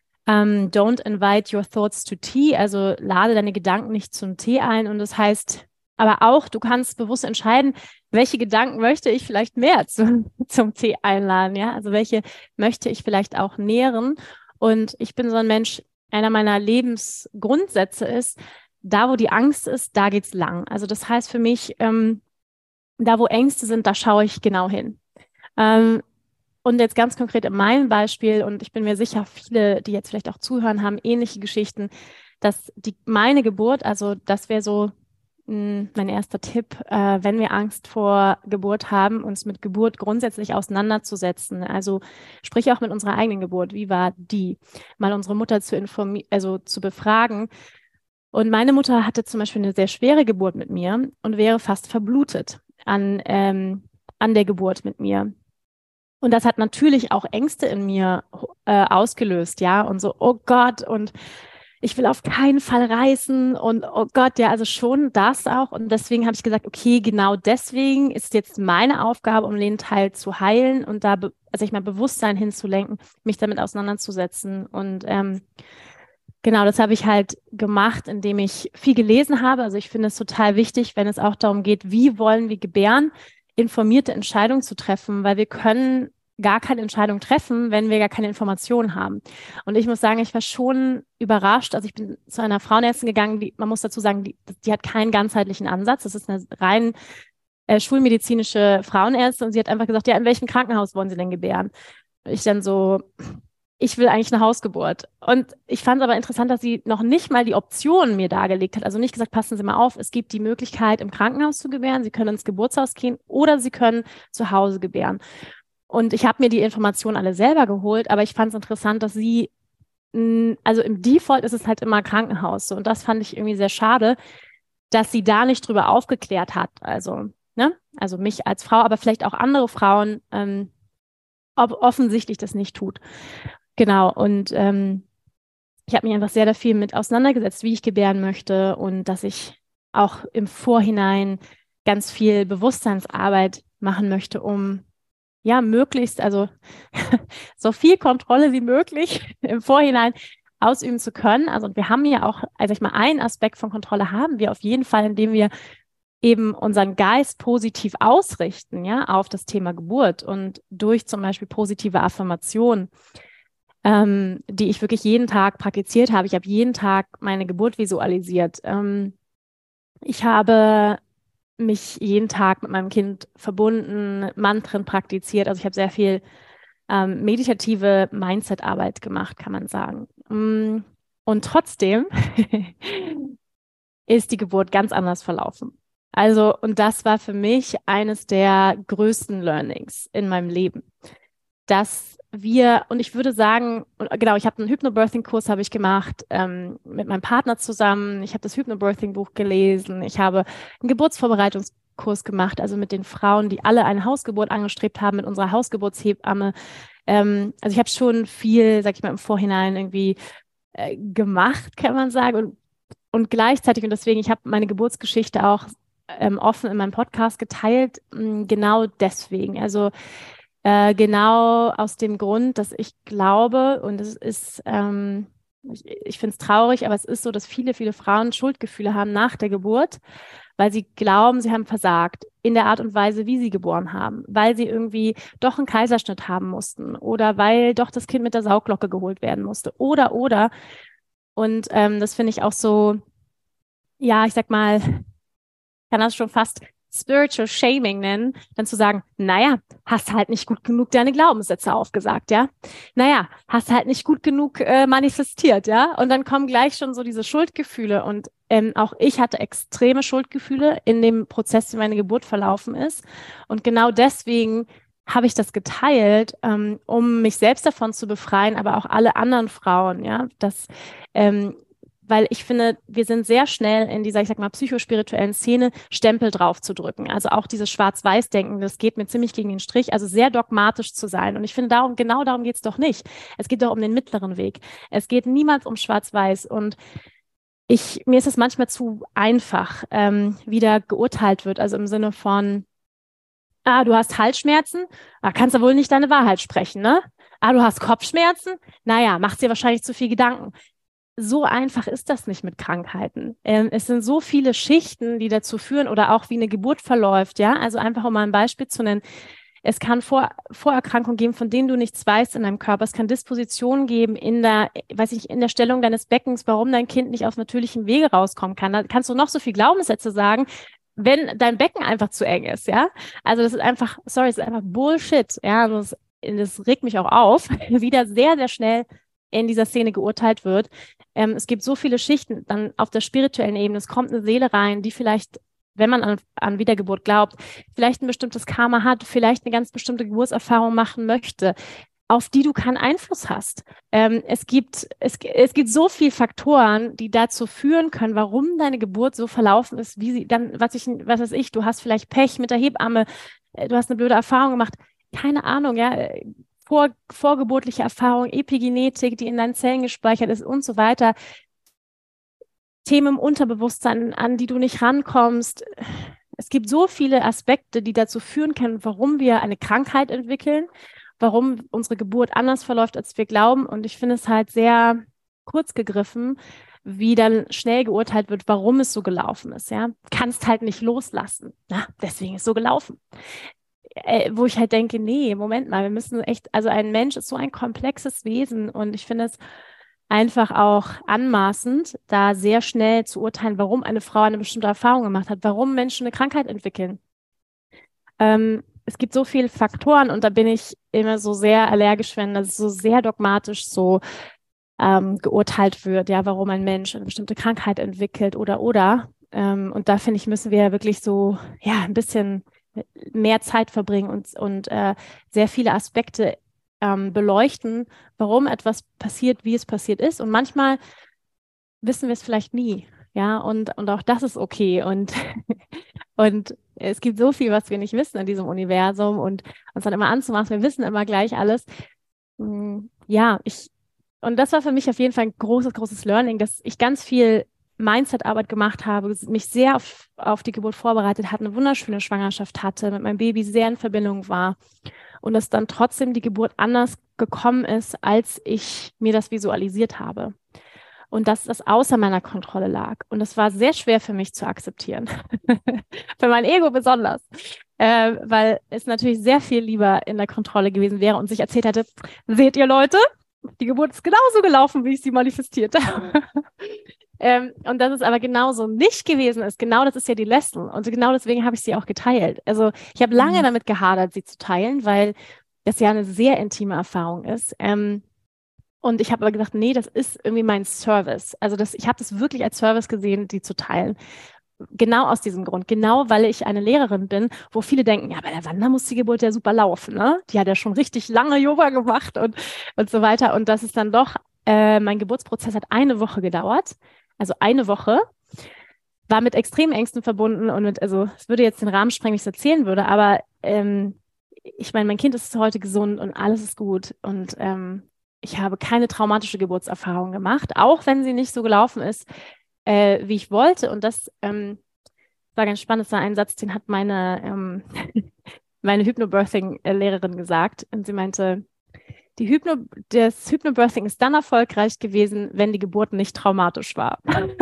um, don't invite your thoughts to tea, also lade deine Gedanken nicht zum Tee ein. Und das heißt aber auch, du kannst bewusst entscheiden, welche Gedanken möchte ich vielleicht mehr zu, zum Tee einladen, ja, also welche möchte ich vielleicht auch nähren. Und ich bin so ein Mensch, einer meiner Lebensgrundsätze ist, da wo die Angst ist, da geht's lang. Also das heißt für mich, ähm, da wo Ängste sind, da schaue ich genau hin. Ähm, Und jetzt ganz konkret in meinem Beispiel, und ich bin mir sicher, viele, die jetzt vielleicht auch zuhören, haben ähnliche Geschichten, dass die meine Geburt, also das wäre so mh, mein erster Tipp, äh, wenn wir Angst vor Geburt haben, uns mit Geburt grundsätzlich auseinanderzusetzen. Also sprich auch mit unserer eigenen Geburt. Wie war die? Mal unsere Mutter zu informieren, also zu befragen. Und meine Mutter hatte zum Beispiel eine sehr schwere Geburt mit mir und wäre fast verblutet an, ähm, an der Geburt mit mir. Und das hat natürlich auch Ängste in mir äh, ausgelöst, ja, und so, oh Gott, und ich will auf keinen Fall reißen und oh Gott, ja, also schon das auch. Und deswegen habe ich gesagt, okay, genau deswegen ist jetzt meine Aufgabe, um den Teil zu heilen und da, also ich mal Bewusstsein hinzulenken, mich damit auseinanderzusetzen. Und ähm, genau, das habe ich halt gemacht, indem ich viel gelesen habe. Also ich finde es total wichtig, wenn es auch darum geht, wie wollen wir gebären, informierte Entscheidungen zu treffen, weil wir können gar keine Entscheidung treffen, wenn wir gar keine Informationen haben. Und ich muss sagen, ich war schon überrascht. Also ich bin zu einer Frauenärztin gegangen, die, man muss dazu sagen, die, die hat keinen ganzheitlichen Ansatz. Das ist eine rein äh, schulmedizinische Frauenärztin und sie hat einfach gesagt, ja, in welchem Krankenhaus wollen Sie denn gebären? Ich dann so, ich will eigentlich eine Hausgeburt. Und ich fand es aber interessant, dass sie noch nicht mal die Optionen mir dargelegt hat. Also nicht gesagt, passen Sie mal auf, es gibt die Möglichkeit, im Krankenhaus zu gebären. Sie können ins Geburtshaus gehen oder Sie können zu Hause gebären. Und ich habe mir die Informationen alle selber geholt, aber ich fand es interessant, dass sie, mh, also im Default ist es halt immer Krankenhaus. So. Und das fand ich irgendwie sehr schade, dass sie da nicht drüber aufgeklärt hat. Also, ne? Also mich als Frau, aber vielleicht auch andere Frauen, ähm, ob offensichtlich das nicht tut. Genau, und ähm, ich habe mich einfach sehr viel mit auseinandergesetzt, wie ich gebären möchte und dass ich auch im Vorhinein ganz viel Bewusstseinsarbeit machen möchte, um ja möglichst, also so viel Kontrolle wie möglich im Vorhinein ausüben zu können. Also wir haben ja auch, also ich mal, einen Aspekt von Kontrolle haben wir auf jeden Fall, indem wir eben unseren Geist positiv ausrichten, ja, auf das Thema Geburt und durch zum Beispiel positive Affirmationen, ähm, die ich wirklich jeden Tag praktiziert habe. Ich habe jeden Tag meine Geburt visualisiert. Ähm, ich habe mich jeden Tag mit meinem Kind verbunden, Mantren praktiziert. Also ich habe sehr viel ähm, meditative Mindset-Arbeit gemacht, kann man sagen. Mm, Und trotzdem ist die Geburt ganz anders verlaufen. Also, und das war für mich eines der größten Learnings in meinem Leben, dass wir, und ich würde sagen, genau, ich habe einen Hypnobirthing-Kurs habe ich gemacht ähm, mit meinem Partner zusammen. Ich habe das Hypnobirthing-Buch gelesen. Ich habe einen Geburtsvorbereitungskurs gemacht, also mit den Frauen, die alle eine Hausgeburt angestrebt haben, mit unserer Hausgeburtshebamme. Ähm, also ich habe schon viel, sag ich mal, im Vorhinein irgendwie äh, gemacht, kann man sagen. Und, und gleichzeitig, und deswegen, ich habe meine Geburtsgeschichte auch ähm, offen in meinem Podcast geteilt, mh, genau deswegen. Also äh, genau aus dem Grund, dass ich glaube, und es ist, ähm, ich, ich finde es traurig, aber es ist so, dass viele, viele Frauen Schuldgefühle haben nach der Geburt, weil sie glauben, sie haben versagt in der Art und Weise, wie sie geboren haben, weil sie irgendwie doch einen Kaiserschnitt haben mussten oder weil doch das Kind mit der Sauglocke geholt werden musste oder, oder. Und ähm, das finde ich auch so, ja, ich sag mal, kann das schon fast Spiritual Shaming nennen, dann zu sagen, naja, hast halt nicht gut genug deine Glaubenssätze aufgesagt, ja? Naja, hast halt nicht gut genug äh, manifestiert, ja? Und dann kommen gleich schon so diese Schuldgefühle und ähm, auch ich hatte extreme Schuldgefühle in dem Prozess, wie meine Geburt verlaufen ist und genau deswegen habe ich das geteilt, ähm, um mich selbst davon zu befreien, aber auch alle anderen Frauen, ja, dass ähm, weil ich finde, wir sind sehr schnell in dieser, ich sag mal, psychospirituellen Szene, Stempel drauf zu drücken. Also auch dieses Schwarz-Weiß-Denken, das geht mir ziemlich gegen den Strich, also sehr dogmatisch zu sein. Und ich finde, darum, genau darum geht es doch nicht. Es geht doch um den mittleren Weg. Es geht niemals um Schwarz-Weiß. Und ich, mir ist es manchmal zu einfach, ähm, wie da geurteilt wird. Also im Sinne von, ah, du hast Halsschmerzen, da kannst du wohl nicht deine Wahrheit sprechen, ne? Ah, du hast Kopfschmerzen, naja, machst dir wahrscheinlich zu viel Gedanken. So einfach ist das nicht mit Krankheiten. Ähm, es sind so viele Schichten, die dazu führen oder auch wie eine Geburt verläuft, ja. Also einfach um mal ein Beispiel zu nennen. Es kann Vor Vorerkrankungen geben, von denen du nichts weißt in deinem Körper. Es kann Dispositionen geben in der, weiß ich, in der Stellung deines Beckens, warum dein Kind nicht auf natürlichem Wege rauskommen kann. Da kannst du noch so viel Glaubenssätze sagen, wenn dein Becken einfach zu eng ist, ja. Also das ist einfach, sorry, das ist einfach Bullshit, ja. Das, das regt mich auch auf, wie da sehr, sehr schnell in dieser Szene geurteilt wird. Ähm, es gibt so viele Schichten dann auf der spirituellen Ebene. Es kommt eine Seele rein, die vielleicht, wenn man an, an Wiedergeburt glaubt, vielleicht ein bestimmtes Karma hat, vielleicht eine ganz bestimmte Geburtserfahrung machen möchte, auf die du keinen Einfluss hast. Ähm, es gibt, es, es gibt so viele Faktoren, die dazu führen können, warum deine Geburt so verlaufen ist, wie sie dann, was ich, was weiß ich, du hast vielleicht Pech mit der Hebamme, äh, du hast eine blöde Erfahrung gemacht, keine Ahnung, ja, vor, vorgeburtliche Erfahrung, Epigenetik, die in deinen Zellen gespeichert ist und so weiter. Themen im Unterbewusstsein, an die du nicht rankommst. Es gibt so viele Aspekte, die dazu führen können, warum wir eine Krankheit entwickeln, warum unsere Geburt anders verläuft, als wir glauben. Und ich finde es halt sehr kurz gegriffen, wie dann schnell geurteilt wird, warum es so gelaufen ist. Ja, kannst halt nicht loslassen. Na, deswegen ist es so gelaufen. Äh, wo ich halt denke, nee, Moment mal, wir müssen echt, also ein Mensch ist so ein komplexes Wesen und ich finde es einfach auch anmaßend, da sehr schnell zu urteilen, warum eine Frau eine bestimmte Erfahrung gemacht hat, warum Menschen eine Krankheit entwickeln. Ähm, es gibt so viele Faktoren und da bin ich immer so sehr allergisch, wenn das so sehr dogmatisch so ähm, geurteilt wird, ja, warum ein Mensch eine bestimmte Krankheit entwickelt oder oder. Ähm, und da finde ich, müssen wir wirklich so, ja, ein bisschen mehr Zeit verbringen und, und äh, sehr viele Aspekte ähm, beleuchten, warum etwas passiert, wie es passiert ist. Und manchmal wissen wir es vielleicht nie. Ja, und, und auch das ist okay. Und, und es gibt so viel, was wir nicht wissen in diesem Universum und uns dann immer anzumachen, wir wissen immer gleich alles. Ja, ich, und das war für mich auf jeden Fall ein großes, großes Learning, dass ich ganz viel Mindset-Arbeit gemacht habe, mich sehr auf, auf die Geburt vorbereitet hatte, eine wunderschöne Schwangerschaft hatte, mit meinem Baby sehr in Verbindung war und dass dann trotzdem die Geburt anders gekommen ist, als ich mir das visualisiert habe. Und dass das außer meiner Kontrolle lag. Und das war sehr schwer für mich zu akzeptieren. Für mein Ego besonders. Äh, weil es natürlich sehr viel lieber in der Kontrolle gewesen wäre und sich erzählt hätte, seht ihr Leute, die Geburt ist genauso gelaufen, wie ich sie manifestiert habe. ähm, und dass es aber genauso nicht gewesen ist, genau das ist ja die Lesson. Und genau deswegen habe ich sie auch geteilt. Also ich habe lange Mhm. damit gehadert, sie zu teilen, weil das ja eine sehr intime Erfahrung ist. Ähm, Und ich habe aber gedacht, nee, das ist irgendwie mein Service. Also das, ich habe das wirklich als Service gesehen, die zu teilen. Genau aus diesem Grund. Genau, weil ich eine Lehrerin bin, wo viele denken, ja, bei der Wanda muss die Geburt ja super laufen, ne? Die hat ja schon richtig lange Yoga gemacht und, und so weiter. Und das ist dann doch, äh, mein Geburtsprozess hat eine Woche gedauert. Also eine Woche. War mit extremen Ängsten verbunden und mit, also es würde jetzt den Rahmen sprengen, wenn ich es erzählen würde, aber ähm, ich meine, mein Kind ist heute gesund und alles ist gut. Und ähm, ich habe keine traumatische Geburtserfahrung gemacht, auch wenn sie nicht so gelaufen ist, äh, wie ich wollte. Und das ähm, war ganz spannend. Das war ein Satz, den hat meine, ähm, meine Hypnobirthing-Lehrerin gesagt. Und sie meinte, die Hypno, das Hypnobirthing ist dann erfolgreich gewesen, wenn die Geburt nicht traumatisch war.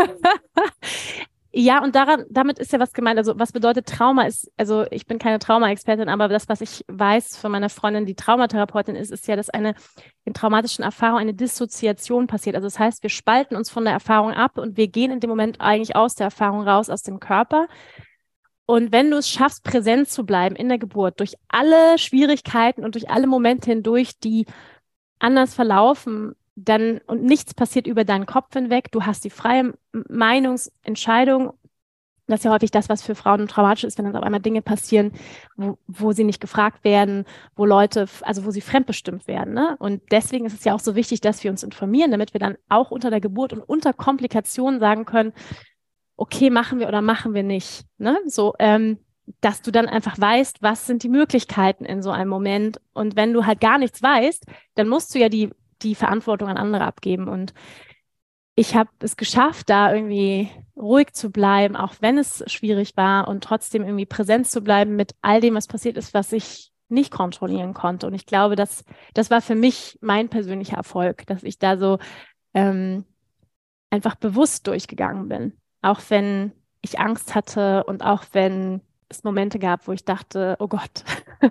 Ja, und daran, damit ist ja was gemeint. Also, was bedeutet Trauma ist, also ich bin keine Trauma-Expertin, aber das, was ich weiß von meiner Freundin, die Traumatherapeutin ist, ist ja, dass eine in traumatischen Erfahrungen eine Dissoziation passiert. Also das heißt, wir spalten uns von der Erfahrung ab und wir gehen in dem Moment eigentlich aus der Erfahrung raus, aus dem Körper. Und wenn du es schaffst, präsent zu bleiben in der Geburt, durch alle Schwierigkeiten und durch alle Momente hindurch, die anders verlaufen, dann und nichts passiert über deinen Kopf hinweg. Du hast die freie Meinungsentscheidung. Das ist ja häufig das, was für Frauen traumatisch ist, wenn dann auf einmal Dinge passieren, wo, wo sie nicht gefragt werden, wo Leute, also wo sie fremdbestimmt werden. Ne? Und deswegen ist es ja auch so wichtig, dass wir uns informieren, damit wir dann auch unter der Geburt und unter Komplikationen sagen können, okay, machen wir oder machen wir nicht. Ne? So, ähm, dass du dann einfach weißt, was sind die Möglichkeiten in so einem Moment. Und wenn du halt gar nichts weißt, dann musst du ja die die Verantwortung an andere abgeben. Und ich habe es geschafft, da irgendwie ruhig zu bleiben, auch wenn es schwierig war und trotzdem irgendwie präsent zu bleiben mit all dem, was passiert ist, was ich nicht kontrollieren konnte. Und ich glaube, das, das war für mich mein persönlicher Erfolg, dass ich da so ähm, einfach bewusst durchgegangen bin. Auch wenn ich Angst hatte und auch wenn es Momente gab, wo ich dachte, oh Gott,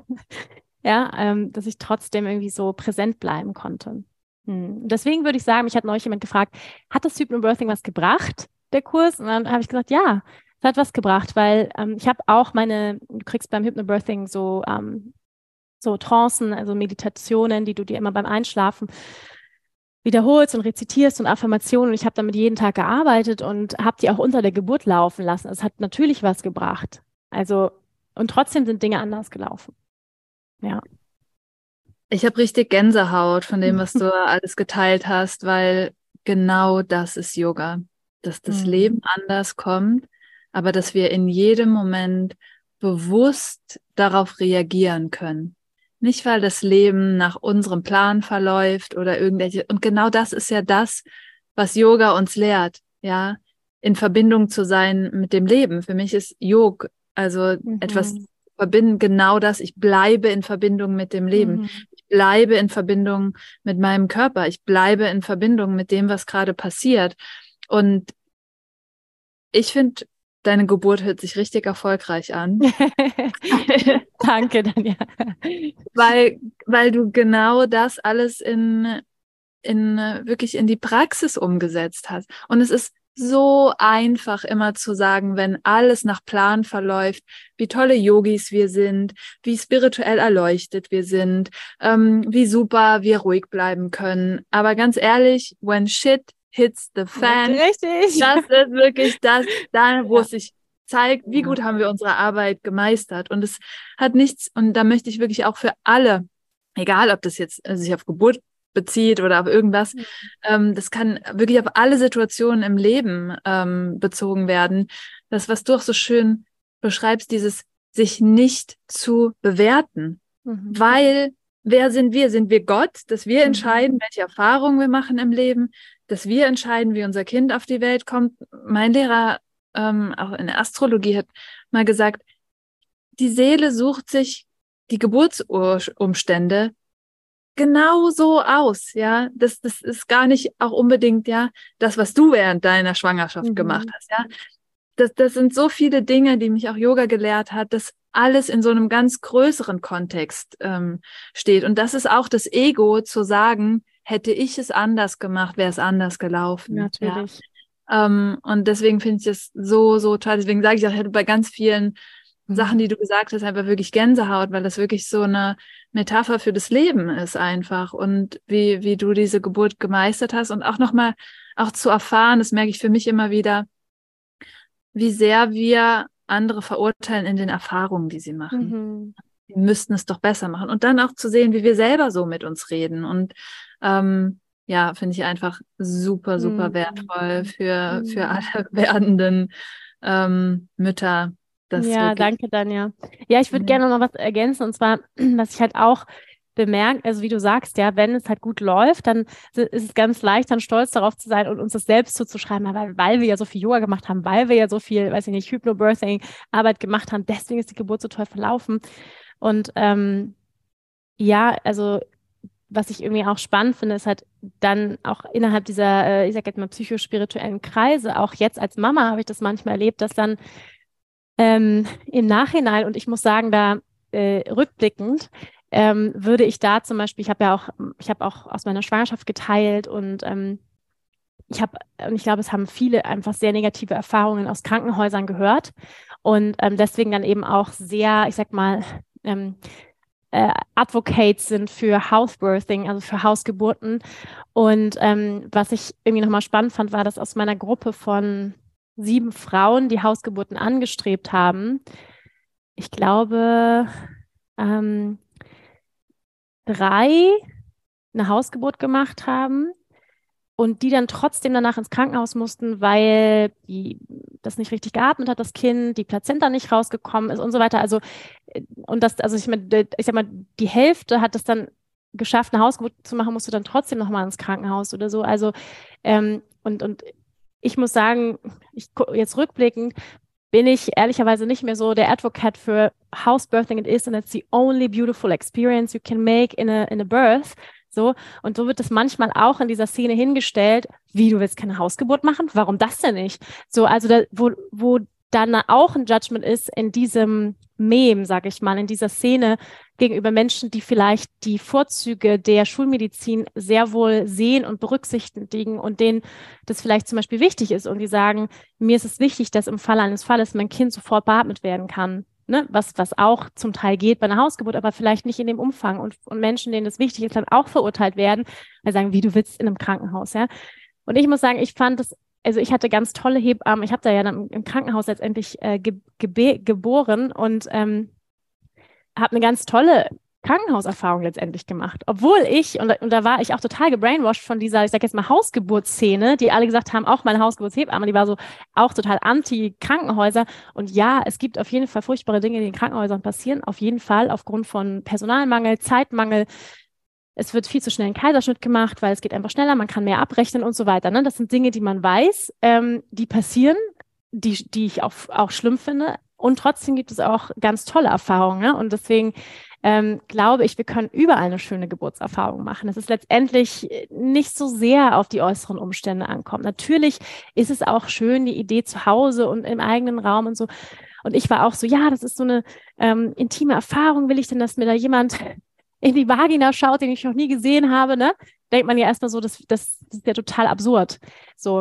ja, ähm, dass ich trotzdem irgendwie so präsent bleiben konnte. Hm. Deswegen würde ich sagen, mich hat neulich jemand gefragt, hat das Hypnobirthing was gebracht, der Kurs? Und dann habe ich gesagt, ja, es hat was gebracht, weil ähm, ich habe auch meine, du kriegst beim Hypnobirthing so, ähm, so Trancen, also Meditationen, die du dir immer beim Einschlafen wiederholst und rezitierst und Affirmationen. Und ich habe damit jeden Tag gearbeitet und habe die auch unter der Geburt laufen lassen. Es hat natürlich was gebracht. Also, und trotzdem sind Dinge anders gelaufen. Ja. Ich habe richtig Gänsehaut von dem, was du alles geteilt hast, weil genau das ist Yoga. Dass das Mhm. Leben anders kommt, aber dass wir in jedem Moment bewusst darauf reagieren können. Nicht, weil das Leben nach unserem Plan verläuft oder irgendwelche, und genau das ist ja das, was Yoga uns lehrt, ja, in Verbindung zu sein mit dem Leben. Für mich ist Yoga, also Mhm. etwas verbinden, genau das, ich bleibe in Verbindung mit dem Leben. Mhm. Ich bleibe in Verbindung mit meinem Körper. Ich bleibe in Verbindung mit dem, was gerade passiert. Und ich finde, deine Geburt hört sich richtig erfolgreich an. Danke, Danja. weil, weil du genau das alles in, in wirklich in die Praxis umgesetzt hast. Und es ist so einfach immer zu sagen, wenn alles nach Plan verläuft, wie tolle Yogis wir sind, wie spirituell erleuchtet wir sind, ähm, wie super wir ruhig bleiben können. Aber ganz ehrlich, when shit hits the fan, Richtig. das ist wirklich das, da wo Ja. es sich zeigt, wie gut haben wir unsere Arbeit gemeistert. Und es hat nichts, und da möchte ich wirklich auch für alle, egal ob das jetzt sich auf Geburt bezieht oder auf irgendwas, Mhm. ähm, das kann wirklich auf alle Situationen im Leben ähm, bezogen werden. Das, was du auch so schön beschreibst, dieses sich nicht zu bewerten. Mhm. Weil wer sind wir? Sind wir Gott, dass wir Mhm. entscheiden, welche Erfahrungen wir machen im Leben, dass wir entscheiden, wie unser Kind auf die Welt kommt? Mein Lehrer, ähm, auch in der Astrologie, hat mal gesagt, die Seele sucht sich die Geburtsumstände genau so aus, ja. Das, das ist gar nicht auch unbedingt, ja, das, was du während deiner Schwangerschaft Mhm. gemacht hast, ja. Das, das sind so viele Dinge, die mich auch Yoga gelehrt hat, dass alles in so einem ganz größeren Kontext ähm, steht. Und das ist auch das Ego, zu sagen, hätte ich es anders gemacht, wäre es anders gelaufen. Natürlich. Ja. Ähm, und deswegen finde ich es so, so toll. Deswegen sage ich auch, ich hatte bei ganz vielen Mhm. Sachen, die du gesagt hast, einfach wirklich Gänsehaut, weil das wirklich so eine Metapher für das Leben ist einfach. Und wie, wie du diese Geburt gemeistert hast und auch nochmal auch zu erfahren, das merke ich für mich immer wieder, wie sehr wir andere verurteilen in den Erfahrungen, die sie machen. Mhm. Wir müssten es doch besser machen. Und dann auch zu sehen, wie wir selber so mit uns reden. Und ähm, ja, finde ich einfach super, super Mhm. wertvoll für, für Mhm. alle werdenden ähm, Mütter. Das Ja, wirklich. danke, Danja. Ja, ich würde Ja. gerne noch was ergänzen, und zwar, was ich halt auch bemerke, also wie du sagst, ja, wenn es halt gut läuft, dann ist es ganz leicht, dann stolz darauf zu sein und uns das selbst zuzuschreiben, weil, weil wir ja so viel Yoga gemacht haben, weil wir ja so viel, weiß ich nicht, Hypnobirthing-Arbeit gemacht haben, deswegen ist die Geburt so toll verlaufen. Und ähm, ja, also was ich irgendwie auch spannend finde, ist halt dann auch innerhalb dieser, äh, ich sag jetzt mal, psychospirituellen Kreise, auch jetzt als Mama habe ich das manchmal erlebt, dass dann ähm, im Nachhinein, und ich muss sagen, da äh, rückblickend, ähm, würde ich da zum Beispiel, ich habe ja auch, ich habe auch aus meiner Schwangerschaft geteilt und ähm, ich habe, und ich glaube, es haben viele einfach sehr negative Erfahrungen aus Krankenhäusern gehört und ähm, deswegen dann eben auch sehr, ich sag mal, ähm, äh, Advocates sind für Housebirthing, also für Hausgeburten. Und ähm, was ich irgendwie nochmal spannend fand, war, dass aus meiner Gruppe von sieben Frauen, die Hausgeburten angestrebt haben, ich glaube, ähm, drei eine Hausgeburt gemacht haben und die dann trotzdem danach ins Krankenhaus mussten, weil die, das nicht richtig geatmet hat, das Kind, die Plazenta nicht rausgekommen ist und so weiter. Also, äh, und das, also ich, ich sag mal, die Hälfte hat es dann geschafft, eine Hausgeburt zu machen, musste dann trotzdem nochmal ins Krankenhaus oder so. Also, ähm, und, und ich muss sagen, ich jetzt rückblickend, bin ich ehrlicherweise nicht mehr so der Advocate für Housebirthing. It is and it's the only beautiful experience you can make in a, in a birth. So, und so wird es manchmal auch in dieser Szene hingestellt, wie, du willst keine Hausgeburt machen? Warum das denn nicht? So, also da, wo, wo dann auch ein Judgment ist in diesem Mem, sage ich mal, in dieser Szene gegenüber Menschen, die vielleicht die Vorzüge der Schulmedizin sehr wohl sehen und berücksichtigen und denen das vielleicht zum Beispiel wichtig ist und die sagen, mir ist es wichtig, dass im Fall eines Falles mein Kind sofort beatmet werden kann. Ne, was, was auch zum Teil geht bei einer Hausgeburt, aber vielleicht nicht in dem Umfang. Und, und Menschen, denen das wichtig ist, dann auch verurteilt werden, weil sie sagen, wie, du willst in einem Krankenhaus, ja. Und ich muss sagen, ich fand das, also ich hatte ganz tolle Hebammen. Ich habe da ja dann im Krankenhaus letztendlich äh, ge gebe geboren und ähm, habe eine ganz tolle Krankenhauserfahrung letztendlich gemacht. Obwohl ich, und, und da war ich auch total gebrainwashed von dieser, ich sag jetzt mal, Hausgeburtsszene, die alle gesagt haben, auch meine Hausgeburtshebamme, die war so auch total anti-Krankenhäuser. Und ja, es gibt auf jeden Fall furchtbare Dinge, die in Krankenhäusern passieren. Auf jeden Fall aufgrund von Personalmangel, Zeitmangel. Es wird viel zu schnell ein Kaiserschnitt gemacht, weil es geht einfach schneller, man kann mehr abrechnen und so weiter. Ne? Das sind Dinge, die man weiß, ähm, die passieren, die, die ich auch, auch schlimm finde. Und trotzdem gibt es auch ganz tolle Erfahrungen. Ne? Und deswegen ähm, glaube ich, wir können überall eine schöne Geburtserfahrung machen. Es ist letztendlich nicht so sehr auf die äußeren Umstände ankommt. Natürlich ist es auch schön, die Idee zu Hause und im eigenen Raum und so. Und ich war auch so, ja, das ist so eine ähm, intime Erfahrung. Will ich denn, dass mir da jemand in die Vagina schaut, den ich noch nie gesehen habe? Ne? Denkt man ja erstmal so, das, das, das ist ja total absurd. So.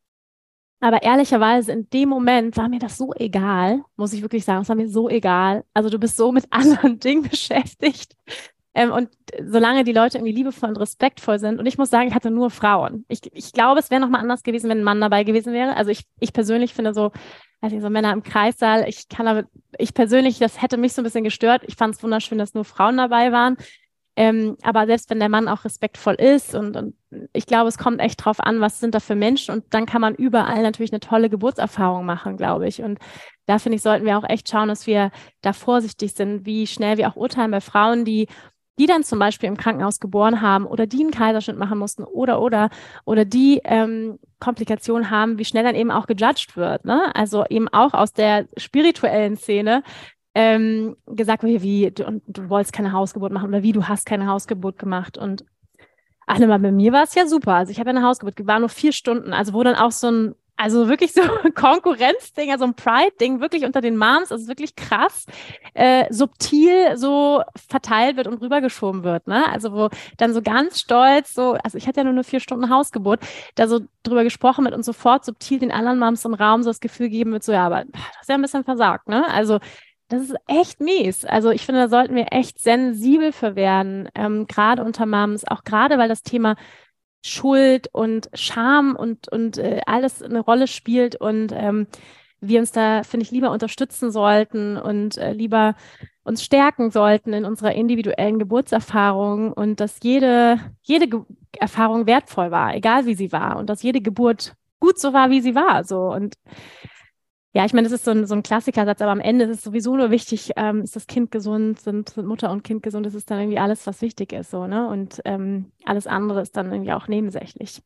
Aber ehrlicherweise in dem Moment war mir das so egal, muss ich wirklich sagen, es war mir so egal. Also du bist so mit anderen Dingen beschäftigt. Ähm, und solange die Leute irgendwie liebevoll und respektvoll sind, und ich muss sagen, ich hatte nur Frauen. Ich, ich glaube, es wäre nochmal anders gewesen, wenn ein Mann dabei gewesen wäre. Also ich, ich persönlich finde so, weiß nicht, so Männer im Kreissaal, ich kann aber, ich persönlich, das hätte mich so ein bisschen gestört. Ich fand es wunderschön, dass nur Frauen dabei waren. Ähm, aber selbst wenn der Mann auch respektvoll ist und, und ich glaube, es kommt echt drauf an, was sind da für Menschen und dann kann man überall natürlich eine tolle Geburtserfahrung machen, glaube ich. Und da finde ich, sollten wir auch echt schauen, dass wir da vorsichtig sind, wie schnell wir auch urteilen bei Frauen, die die dann zum Beispiel im Krankenhaus geboren haben oder die einen Kaiserschnitt machen mussten oder, oder, oder die ähm, Komplikationen haben, wie schnell dann eben auch gejudged wird, ne? Also eben auch aus der spirituellen Szene ähm, gesagt wird, wie, du, und du wolltest keine Hausgeburt machen oder wie, du hast keine Hausgeburt gemacht und ach, ne, mal bei mir war es ja super. Also ich habe ja eine Hausgeburt, war nur vier Stunden, also wo dann auch so ein, also wirklich so ein Konkurrenzding, also ein Pride-Ding, wirklich unter den Moms, also wirklich krass, äh, subtil so verteilt wird und rübergeschoben wird, ne? Also wo dann so ganz stolz so, also ich hatte ja nur eine vier Stunden Hausgeburt, da so drüber gesprochen wird und sofort subtil den anderen Moms im Raum so das Gefühl geben wird, so ja, aber das ist ja ein bisschen versagt, ne? Also das ist echt mies. Also ich finde, da sollten wir echt sensibel für werden, ähm, gerade unter Moms, auch gerade, weil das Thema Schuld und Scham und, und äh, alles eine Rolle spielt und ähm, wir uns da, finde ich, lieber unterstützen sollten und äh, lieber uns stärken sollten in unserer individuellen Geburtserfahrung und dass jede, jede Ge- Erfahrung wertvoll war, egal wie sie war und dass jede Geburt gut so war, wie sie war. So und ja, ich meine, das ist so ein, so ein Klassikersatz, aber am Ende ist es sowieso nur wichtig, ähm, ist das Kind gesund, sind, sind Mutter und Kind gesund, das ist dann irgendwie alles, was wichtig ist, so, ne? Und ähm, alles andere ist dann irgendwie auch nebensächlich.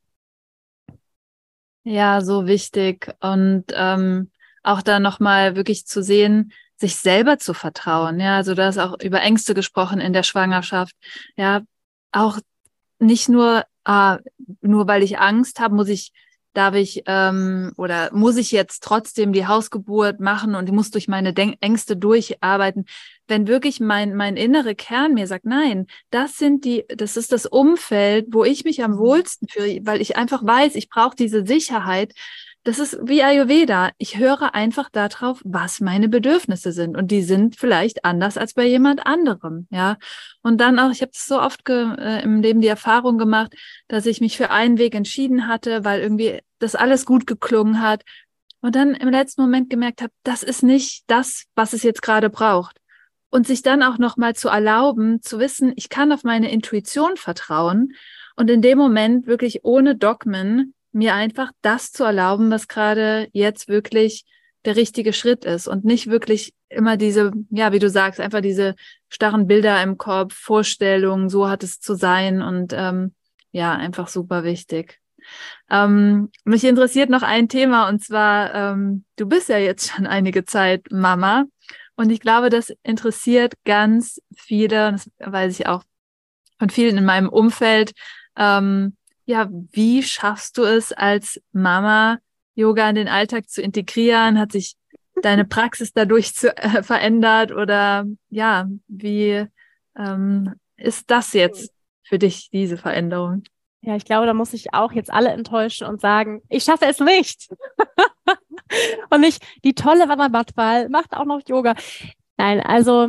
Ja, so wichtig. Und ähm, auch da nochmal wirklich zu sehen, sich selber zu vertrauen. Ja, also da ist auch über Ängste gesprochen in der Schwangerschaft. Ja, auch nicht nur, ah, nur weil ich Angst habe, muss ich, darf ich ähm, oder muss ich jetzt trotzdem die Hausgeburt machen und ich muss durch meine Denk- Ängste durcharbeiten. Wenn wirklich mein mein innere Kern mir sagt, nein, das sind die, das ist das Umfeld, wo ich mich am wohlsten fühle, weil ich einfach weiß, ich brauche diese Sicherheit. Das ist wie Ayurveda. Ich höre einfach darauf, was meine Bedürfnisse sind. Und die sind vielleicht anders als bei jemand anderem. Ja. Und dann auch, ich habe so oft ge, äh, im Leben die Erfahrung gemacht, dass ich mich für einen Weg entschieden hatte, weil irgendwie das alles gut geklungen hat. Und dann im letzten Moment gemerkt habe, das ist nicht das, was es jetzt gerade braucht. Und sich dann auch nochmal zu erlauben, zu wissen, ich kann auf meine Intuition vertrauen und in dem Moment wirklich ohne Dogmen mir einfach das zu erlauben, was gerade jetzt wirklich der richtige Schritt ist und nicht wirklich immer diese, ja, wie du sagst, einfach diese starren Bilder im Kopf, Vorstellungen, so hat es zu sein und ähm, ja, einfach super wichtig. Ähm, mich interessiert noch ein Thema und zwar, ähm, du bist ja jetzt schon einige Zeit Mama und ich glaube, das interessiert ganz viele, und das weiß ich auch von vielen in meinem Umfeld, ähm, ja, wie schaffst du es als Mama, Yoga in den Alltag zu integrieren? Hat sich deine Praxis dadurch zu, äh, verändert oder ja, wie ähm, ist das jetzt für dich, diese Veränderung? Ja, ich glaube, da muss ich auch jetzt alle enttäuschen und sagen, ich schaffe es nicht. Und nicht die tolle Wanna Badwal macht auch noch Yoga. Nein, also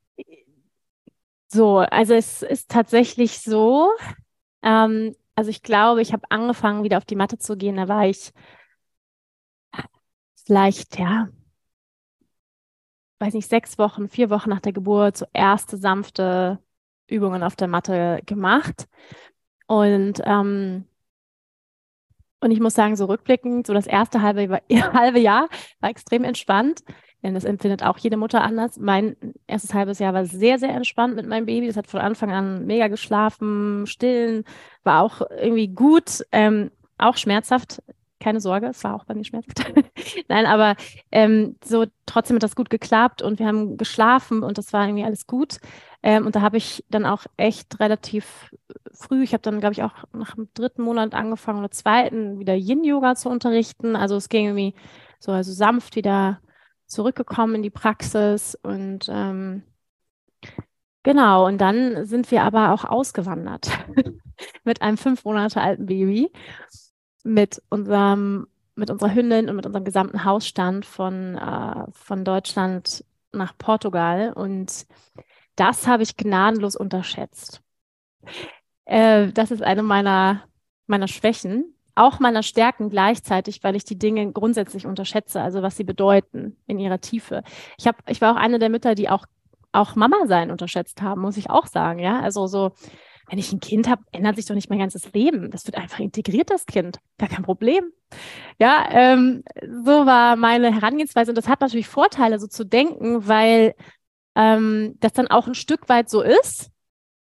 so, also es ist tatsächlich so, ähm, also ich glaube, ich habe angefangen, wieder auf die Matte zu gehen, da war ich vielleicht, ja, weiß nicht, sechs Wochen, vier Wochen nach der Geburt, so erste sanfte Übungen auf der Matte gemacht. Und, ähm, und ich muss sagen, so rückblickend, so das erste halbe, halbe Jahr war extrem entspannt. Denn das empfindet auch jede Mutter anders. Mein erstes halbes Jahr war sehr, sehr entspannt mit meinem Baby. Das hat von Anfang an mega geschlafen, stillen, war auch irgendwie gut, ähm, auch schmerzhaft. Keine Sorge, es war auch bei mir schmerzhaft. Nein, aber ähm, so trotzdem hat das gut geklappt und wir haben geschlafen und das war irgendwie alles gut. Ähm, und da habe ich dann auch echt relativ früh, ich habe dann, glaube ich, auch nach dem dritten Monat angefangen oder zweiten wieder Yin-Yoga zu unterrichten. Also es ging irgendwie so also sanft wieder zurückgekommen in die Praxis und ähm, genau, und dann sind wir aber auch ausgewandert mit einem fünf Monate alten Baby, mit unserem, mit unserer Hündin und mit unserem gesamten Hausstand von, äh, von Deutschland nach Portugal und das habe ich gnadenlos unterschätzt. Äh, das ist eine meiner, meiner Schwächen, auch meiner Stärken gleichzeitig, weil ich die Dinge grundsätzlich unterschätze, also was sie bedeuten in ihrer Tiefe. Ich habe, ich war auch eine der Mütter, die auch, auch Mama sein unterschätzt haben, muss ich auch sagen, ja. Also so, wenn ich ein Kind habe, ändert sich doch nicht mein ganzes Leben. Das wird einfach integriert, das Kind. Gar kein Problem. Ja, ähm, so war meine Herangehensweise und das hat natürlich Vorteile, so zu denken, weil ähm, das dann auch ein Stück weit so ist.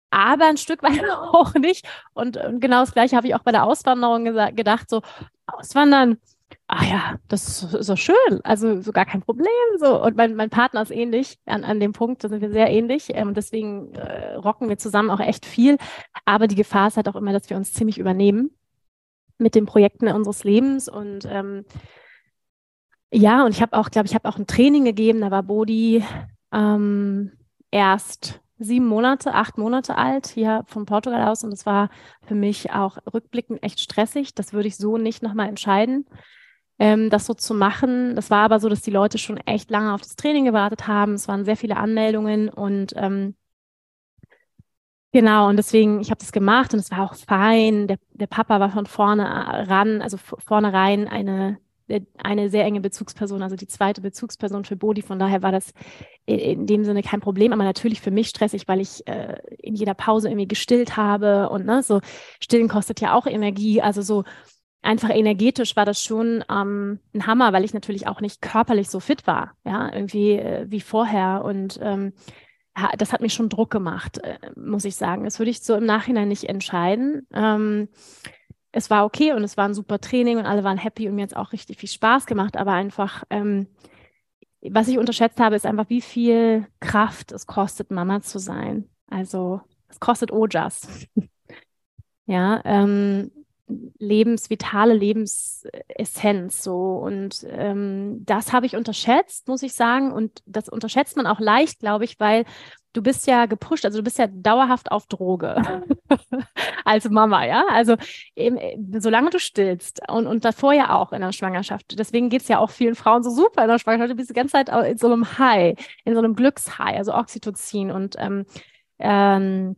aber ein Stück weit auch nicht. Und, und genau das Gleiche habe ich auch bei der Auswanderung gesa- gedacht, so Auswandern, ah ja, das ist so schön, also so gar kein Problem. So. Und mein, mein Partner ist ähnlich an, an dem Punkt, da sind wir sehr ähnlich. Ähm, deswegen äh, rocken wir zusammen auch echt viel. Aber die Gefahr ist halt auch immer, dass wir uns ziemlich übernehmen mit den Projekten unseres Lebens. Und ähm, ja, und ich habe auch, glaube ich, habe auch ein Training gegeben, da war Bodhi ähm, erst sieben Monate, acht Monate alt, hier von Portugal aus. Und das war für mich auch rückblickend echt stressig. Das würde ich so nicht nochmal entscheiden, ähm, das so zu machen. Das war aber so, dass die Leute schon echt lange auf das Training gewartet haben. Es waren sehr viele Anmeldungen und ähm, genau, und deswegen, ich habe das gemacht und es war auch fein. Der, der Papa war von vorne ran, also v- vornherein eine, äh, eine sehr enge Bezugsperson, also die zweite Bezugsperson für Bodhi. Von daher war das i- in dem Sinne kein Problem, aber natürlich für mich stressig, weil ich äh, in jeder Pause irgendwie gestillt habe und ne, so Stillen kostet ja auch Energie. Also so einfach energetisch war das schon ähm, ein Hammer, weil ich natürlich auch nicht körperlich so fit war, ja, irgendwie äh, wie vorher und ähm, ha- das hat mich schon Druck gemacht, äh, muss ich sagen. Das würde ich so im Nachhinein nicht entscheiden. Ähm, es war okay und es war ein super Training und alle waren happy und mir hat es auch richtig viel Spaß gemacht, aber einfach, ähm, was ich unterschätzt habe, ist einfach, wie viel Kraft es kostet, Mama zu sein. Also, es kostet Ojas. Ja, ähm, lebensvitale Lebensessenz so und ähm, das habe ich unterschätzt, muss ich sagen und das unterschätzt man auch leicht, glaube ich, weil du bist ja gepusht, also du bist ja dauerhaft auf Droge als Mama, ja, also eben, äh, solange du stillst und, und davor ja auch in der Schwangerschaft, deswegen geht es ja auch vielen Frauen so super in der Schwangerschaft, du bist die ganze Zeit in so einem High, in so einem Glückshigh, also Oxytocin und ähm, ähm,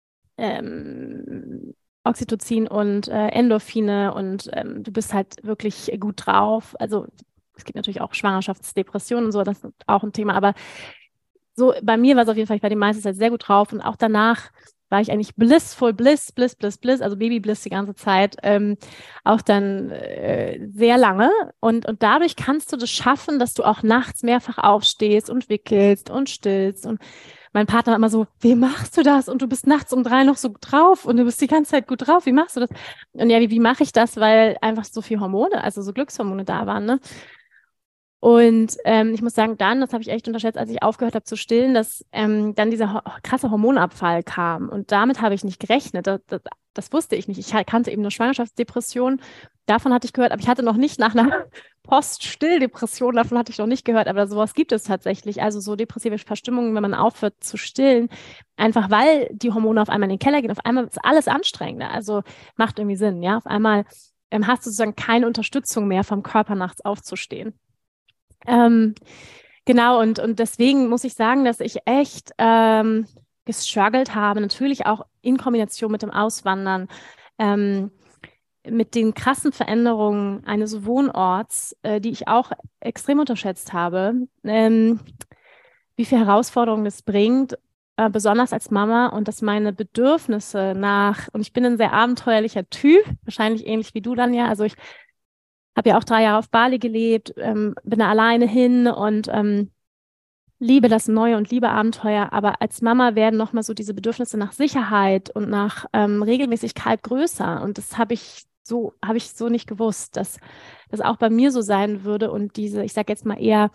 ähm, Oxytocin und äh, Endorphine und ähm, du bist halt wirklich gut drauf. Also es gibt natürlich auch Schwangerschaftsdepressionen und so, das ist auch ein Thema, aber so bei mir war es auf jeden Fall, ich war die meiste Zeit sehr gut drauf und auch danach war ich eigentlich blissful, bliss, bliss, bliss, bliss, also Baby-Bliss die ganze Zeit, ähm, auch dann äh, sehr lange und, und dadurch kannst du das schaffen, dass du auch nachts mehrfach aufstehst und wickelst und stillst und mein Partner war immer so, wie machst du das? Und du bist nachts um drei noch so drauf und du bist die ganze Zeit gut drauf. Wie machst du das? Und ja, wie, wie mache ich das? Weil einfach so viel Hormone, also so Glückshormone da waren, ne? Und ähm, ich muss sagen, dann, das habe ich echt unterschätzt, als ich aufgehört habe zu stillen, dass ähm, dann dieser ho krasse Hormonabfall kam. Und damit habe ich nicht gerechnet. Das, das, das wusste ich nicht. Ich kannte eben nur Schwangerschaftsdepression. Davon hatte ich gehört, aber ich hatte noch nicht nach einer Post-Still-Depression, davon hatte ich noch nicht gehört, aber sowas gibt es tatsächlich. Also so depressive Verstimmungen, wenn man aufhört zu stillen, einfach weil die Hormone auf einmal in den Keller gehen, auf einmal ist alles anstrengender. Also macht irgendwie Sinn, ja. Auf einmal ähm, hast du sozusagen keine Unterstützung mehr vom Körper nachts aufzustehen. Ähm, genau, und, und deswegen muss ich sagen, dass ich echt ähm, gestruggelt habe, natürlich auch in Kombination mit dem Auswandern, ähm, mit den krassen Veränderungen eines Wohnorts, äh, die ich auch extrem unterschätzt habe, ähm, wie viel Herausforderungen das bringt, äh, besonders als Mama und dass meine Bedürfnisse nach, und ich bin ein sehr abenteuerlicher Typ, wahrscheinlich ähnlich wie du dann ja, also ich habe ja auch drei Jahre auf Bali gelebt, ähm, bin da alleine hin und ähm, liebe das Neue und liebe Abenteuer. Aber als Mama werden nochmal so diese Bedürfnisse nach Sicherheit und nach ähm, Regelmäßigkeit größer. Und das habe ich so, habe ich so nicht gewusst, dass das auch bei mir so sein würde. Und diese, ich sage jetzt mal eher,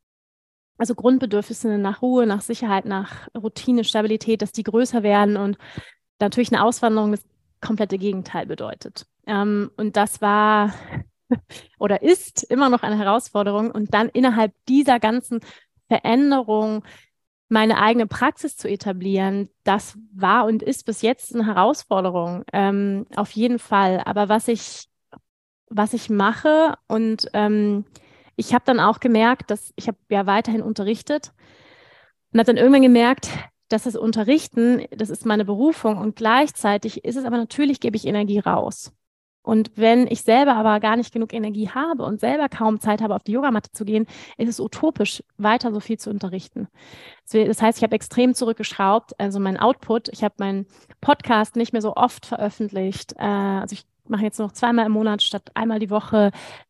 also Grundbedürfnisse nach Ruhe, nach Sicherheit, nach Routine, Stabilität, dass die größer werden und natürlich eine Auswanderung das komplette Gegenteil bedeutet. Ähm, und das war oder ist immer noch eine Herausforderung. Und dann innerhalb dieser ganzen Veränderung meine eigene Praxis zu etablieren, das war und ist bis jetzt eine Herausforderung, ähm, auf jeden Fall. Aber was ich, was ich mache und ähm, ich habe dann auch gemerkt, dass ich habe ja weiterhin unterrichtet und habe dann irgendwann gemerkt, dass das Unterrichten, das ist meine Berufung und gleichzeitig ist es aber natürlich, gebe ich Energie raus. Und wenn ich selber aber gar nicht genug Energie habe und selber kaum Zeit habe, auf die Yogamatte zu gehen, ist es utopisch, weiter so viel zu unterrichten. Das heißt, ich habe extrem zurückgeschraubt, also mein Output. Ich habe meinen Podcast nicht mehr so oft veröffentlicht. Äh, also ich mache jetzt nur noch zweimal im Monat statt einmal die Woche.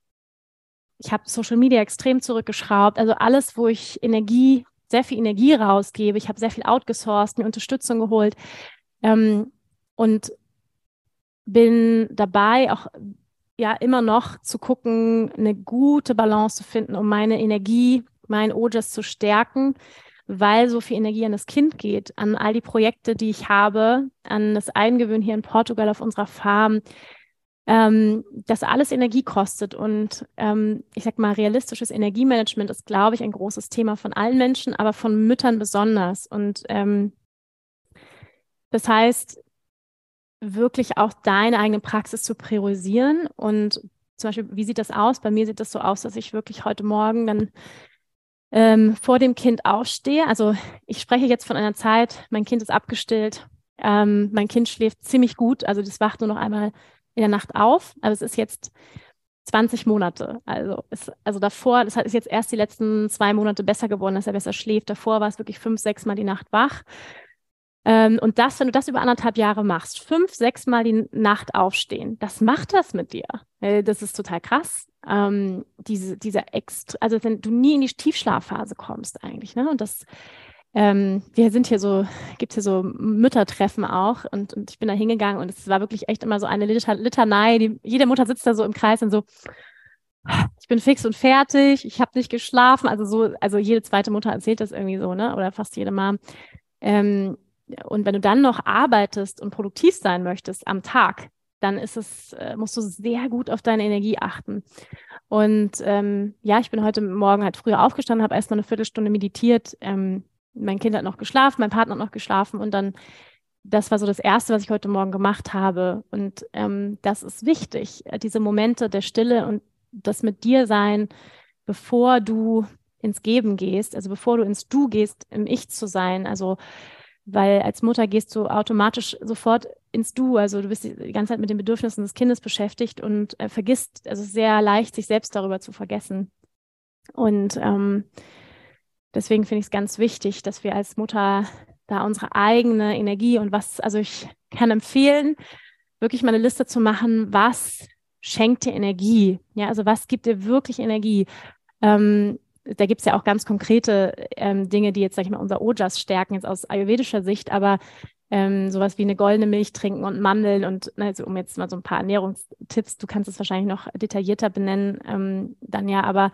Ich habe Social Media extrem zurückgeschraubt. Also alles, wo ich Energie, sehr viel Energie rausgebe. Ich habe sehr viel outgesourced, mir Unterstützung geholt. Ähm, und bin dabei auch ja immer noch zu gucken, eine gute Balance zu finden, um meine Energie, mein Ojas zu stärken, weil so viel Energie an das Kind geht, an all die Projekte, die ich habe, an das Eingewöhnen hier in Portugal auf unserer Farm, ähm, das alles Energie kostet. Und ähm, ich sag mal, realistisches Energiemanagement ist, glaube ich, ein großes Thema von allen Menschen, aber von Müttern besonders. Und ähm, das heißt, wirklich auch deine eigene Praxis zu priorisieren. Und zum Beispiel, wie sieht das aus? Bei mir sieht das so aus, dass ich wirklich heute Morgen dann ähm, vor dem Kind aufstehe. Also ich spreche jetzt von einer Zeit, mein Kind ist abgestillt, ähm, mein Kind schläft ziemlich gut, also das wacht nur noch einmal in der Nacht auf, aber es ist jetzt zwanzig Monate. Also, es, also davor, das ist jetzt erst die letzten zwei Monate besser geworden, dass er besser schläft. Davor war es wirklich fünf, sechs Mal die Nacht wach. Ähm, und das, wenn du das über anderthalb Jahre machst, fünf, sechs Mal die Nacht aufstehen, das macht das mit dir. Äh, das ist total krass. Ähm, diese, dieser Ext also wenn du nie in die Tiefschlafphase kommst eigentlich, ne? Und das, ähm, wir sind hier so, gibt hier so Müttertreffen auch und, und ich bin da hingegangen und es war wirklich echt immer so eine Lit Litanei. Die, jede Mutter sitzt da so im Kreis und so, ich bin fix und fertig, ich habe nicht geschlafen. Also so, also jede zweite Mutter erzählt das irgendwie so, ne? Oder fast jede Mom. Ähm, Und wenn du dann noch arbeitest und produktiv sein möchtest am Tag, dann ist es, äh, musst du sehr gut auf deine Energie achten. Und ähm, ja, ich bin heute Morgen halt früher aufgestanden, habe erst mal eine Viertelstunde meditiert. Ähm, mein Kind hat noch geschlafen, mein Partner hat noch geschlafen und dann, das war so das Erste, was ich heute Morgen gemacht habe. Und ähm, das ist wichtig, diese Momente der Stille und das mit dir sein, bevor du ins Geben gehst, also bevor du ins Du gehst, im Ich zu sein, also weil als Mutter gehst du automatisch sofort ins Du, also du bist die ganze Zeit mit den Bedürfnissen des Kindes beschäftigt und äh, vergisst, also es ist sehr leicht, sich selbst darüber zu vergessen. Und ähm, deswegen finde ich es ganz wichtig, dass wir als Mutter da unsere eigene Energie und was, also ich kann empfehlen, wirklich mal eine Liste zu machen, was schenkt dir Energie? Ja, also was gibt dir wirklich Energie? Ähm, Da gibt es ja auch ganz konkrete ähm, Dinge, die jetzt, sag ich mal, unser Ojas stärken, jetzt aus ayurvedischer Sicht, aber ähm, sowas wie eine goldene Milch trinken und Mandeln und ne, also um jetzt mal so ein paar Ernährungstipps, du kannst es wahrscheinlich noch detaillierter benennen, ähm, dann ja, aber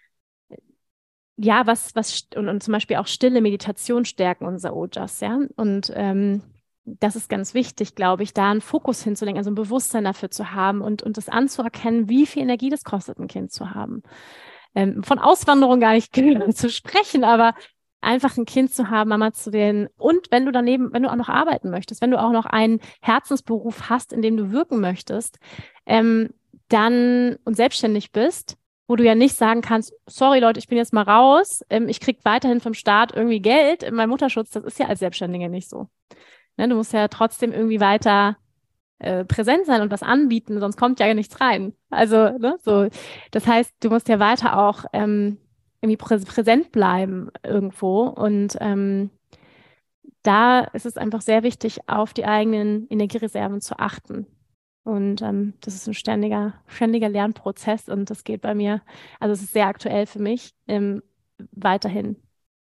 ja, was, was und, und zum Beispiel auch stille Meditation stärken unser Ojas, ja, und ähm, das ist ganz wichtig, glaube ich, da einen Fokus hinzulenken, also ein Bewusstsein dafür zu haben und, und das anzuerkennen, wie viel Energie das kostet, ein Kind zu haben. Ähm, von Auswanderung gar nicht zu sprechen, aber einfach ein Kind zu haben, Mama zu werden. Und wenn du daneben, wenn du auch noch arbeiten möchtest, wenn du auch noch einen Herzensberuf hast, in dem du wirken möchtest, ähm, dann und selbstständig bist, wo du ja nicht sagen kannst, sorry Leute, ich bin jetzt mal raus, ähm, ich krieg weiterhin vom Staat irgendwie Geld in meinem Mutterschutz, das ist ja als Selbstständige nicht so. Ne, du musst ja trotzdem irgendwie weiter äh, präsent sein und was anbieten, sonst kommt ja nichts rein. Also, ne, so, das heißt, du musst ja weiter auch ähm, irgendwie prä präsent bleiben irgendwo und ähm, da ist es einfach sehr wichtig, auf die eigenen Energiereserven zu achten. Und ähm, das ist ein ständiger, ständiger Lernprozess und das geht bei mir, also es ist sehr aktuell für mich, ähm, weiterhin.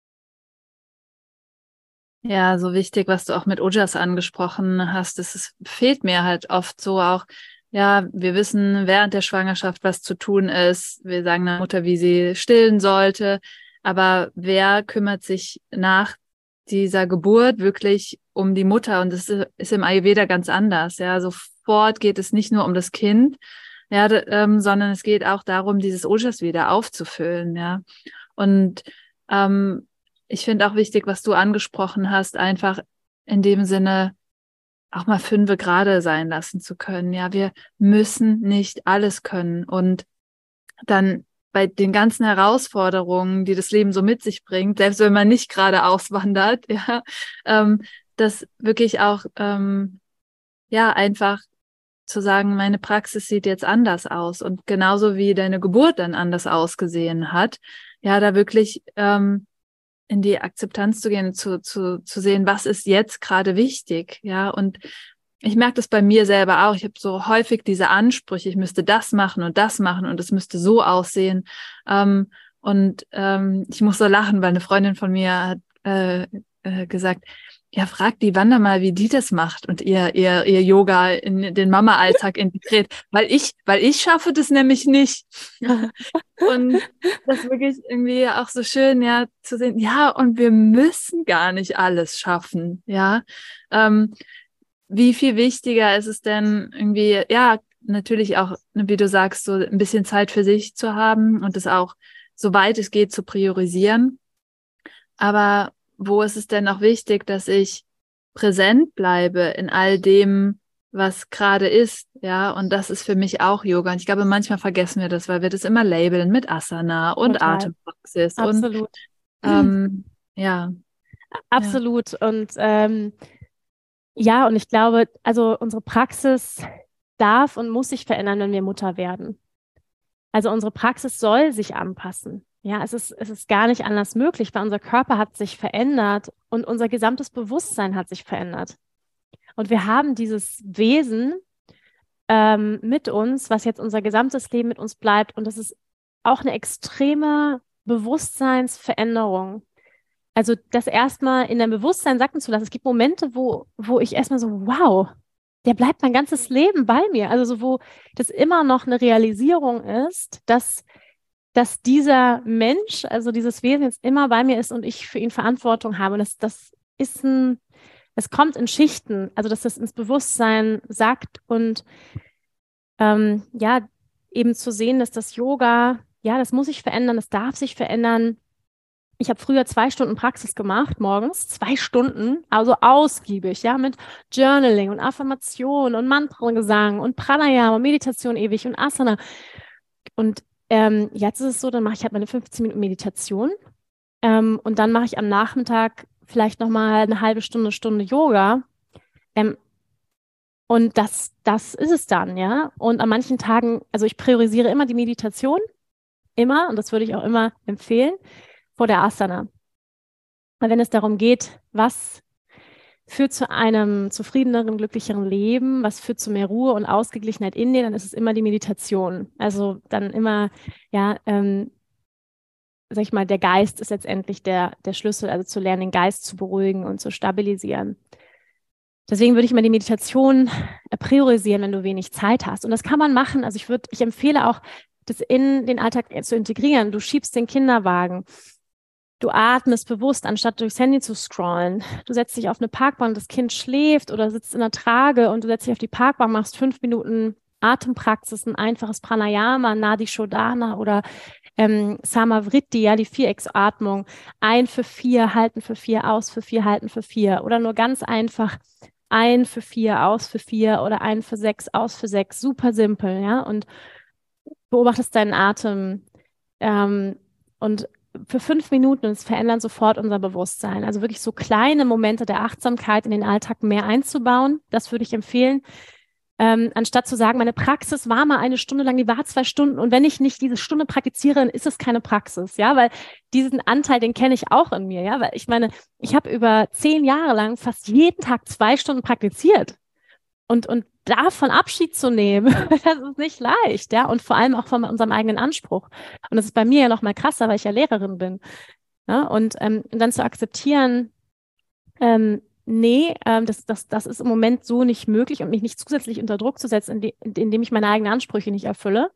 Ja, so wichtig, was du auch mit Ojas angesprochen hast, es ist, fehlt mir halt oft so auch, ja, wir wissen während der Schwangerschaft, was zu tun ist. Wir sagen der Mutter, wie sie stillen sollte. Aber wer kümmert sich nach dieser Geburt wirklich um die Mutter? Und das ist im Ayurveda ganz anders. Ja, sofort geht es nicht nur um das Kind, ja, ähm, sondern es geht auch darum, dieses Ojas wieder aufzufüllen. Ja, und ähm, ich finde auch wichtig, was du angesprochen hast, einfach in dem Sinne auch mal fünfe gerade sein lassen zu können. Ja, wir müssen nicht alles können. Und dann bei den ganzen Herausforderungen, die das Leben so mit sich bringt, selbst wenn man nicht gerade auswandert, ja, ähm, das wirklich auch, ähm, ja, einfach zu sagen, meine Praxis sieht jetzt anders aus. Und genauso wie deine Geburt dann anders ausgesehen hat, ja, da wirklich ähm, in die Akzeptanz zu gehen, zu, zu, zu sehen, was ist jetzt gerade wichtig, ja, und ich merke das bei mir selber auch, ich habe so häufig diese Ansprüche, ich müsste das machen und das machen und es müsste so aussehen, ähm, und ähm, ich muss so lachen, weil eine Freundin von mir hat äh, äh, gesagt, ja, frag die Wanda mal, wie die das macht und ihr, ihr, ihr Yoga in den Mama-Alltag integriert. Weil ich, weil ich schaffe das nämlich nicht. Und das ist wirklich irgendwie auch so schön, ja, zu sehen, ja, und wir müssen gar nicht alles schaffen, ja. Ähm, wie viel wichtiger ist es denn irgendwie, ja, natürlich auch, wie du sagst, so ein bisschen Zeit für sich zu haben und das auch, soweit es geht, zu priorisieren. Aber wo ist es denn auch wichtig, dass ich präsent bleibe in all dem, was gerade ist, ja, und das ist für mich auch Yoga. Und ich glaube, manchmal vergessen wir das, weil wir das immer labeln mit Asana und Total. Atempraxis und Absolut. ähm, ja, ja, Absolut. Und ähm, ja, und ich glaube, also unsere Praxis darf und muss sich verändern, wenn wir Mutter werden. Also unsere Praxis soll sich anpassen. Ja, es ist, es ist gar nicht anders möglich, weil unser Körper hat sich verändert und unser gesamtes Bewusstsein hat sich verändert. Und wir haben dieses Wesen ähm, mit uns, was jetzt unser gesamtes Leben mit uns bleibt. Und das ist auch eine extreme Bewusstseinsveränderung. Also das erstmal in dein Bewusstsein sacken zu lassen. Es gibt Momente, wo, wo ich erstmal so, wow, der bleibt mein ganzes Leben bei mir. Also so, wo das immer noch eine Realisierung ist, dass, dass dieser Mensch, also dieses Wesen jetzt immer bei mir ist und ich für ihn Verantwortung habe. Und das, das ist ein, es kommt in Schichten, also dass das ins Bewusstsein sackt und ähm, ja, eben zu sehen, dass das Yoga, ja, das muss sich verändern, das darf sich verändern. Ich habe früher zwei Stunden Praxis gemacht, morgens, zwei Stunden, also ausgiebig, ja, mit Journaling und Affirmation und Mantrengesang und Pranayama und Meditation ewig und Asana. Und ähm, jetzt ist es so, dann mache ich halt meine fünfzehn Minuten Meditation ähm, und dann mache ich am Nachmittag vielleicht nochmal eine halbe Stunde, Stunde Yoga. Ähm, und das, das ist es dann, ja. Und an manchen Tagen, also ich priorisiere immer die Meditation, immer, und das würde ich auch immer empfehlen, vor der Asana. Weil wenn es darum geht, was führt zu einem zufriedeneren, glücklicheren Leben, was führt zu mehr Ruhe und Ausgeglichenheit in dir, dann ist es immer die Meditation. Also dann immer, ja, ähm, sag ich mal, der Geist ist letztendlich der, der Schlüssel, also zu lernen, den Geist zu beruhigen und zu stabilisieren. Deswegen würde ich immer die Meditation priorisieren, wenn du wenig Zeit hast. Und das kann man machen. Also ich würde, ich empfehle auch, das in den Alltag zu integrieren. Du schiebst den Kinderwagen. Du atmest bewusst, anstatt durchs Handy zu scrollen. Du setzt dich auf eine Parkbank, das Kind schläft oder sitzt in der Trage und du setzt dich auf die Parkbank, machst fünf Minuten Atempraxis, ein einfaches Pranayama, Nadi Shodhana oder ähm, Samavritti, ja, die Vierecksatmung. Ein für vier, halten für vier, aus für vier, halten für vier. Oder nur ganz einfach ein für vier, aus für vier oder ein für sechs, aus für sechs. Super simpel, ja. Und beobachtest deinen Atem ähm, und für fünf Minuten und es verändern sofort unser Bewusstsein. Also wirklich so kleine Momente der Achtsamkeit in den Alltag mehr einzubauen. Das würde ich empfehlen. Ähm, anstatt zu sagen, meine Praxis war mal eine Stunde lang, die war zwei Stunden und wenn ich nicht diese Stunde praktiziere, dann ist es keine Praxis, ja, weil diesen Anteil, den kenne ich auch in mir, ja, weil ich meine, ich habe über zehn Jahre lang fast jeden Tag zwei Stunden praktiziert und, und davon Abschied zu nehmen, das ist nicht leicht, ja, und vor allem auch von unserem eigenen Anspruch. Und das ist bei mir ja noch mal krasser, weil ich ja Lehrerin bin, ja, und, ähm, und dann zu akzeptieren, ähm, nee, ähm, das, das, das ist im Moment so nicht möglich und mich nicht zusätzlich unter Druck zu setzen, inde, indem ich meine eigenen Ansprüche nicht erfülle.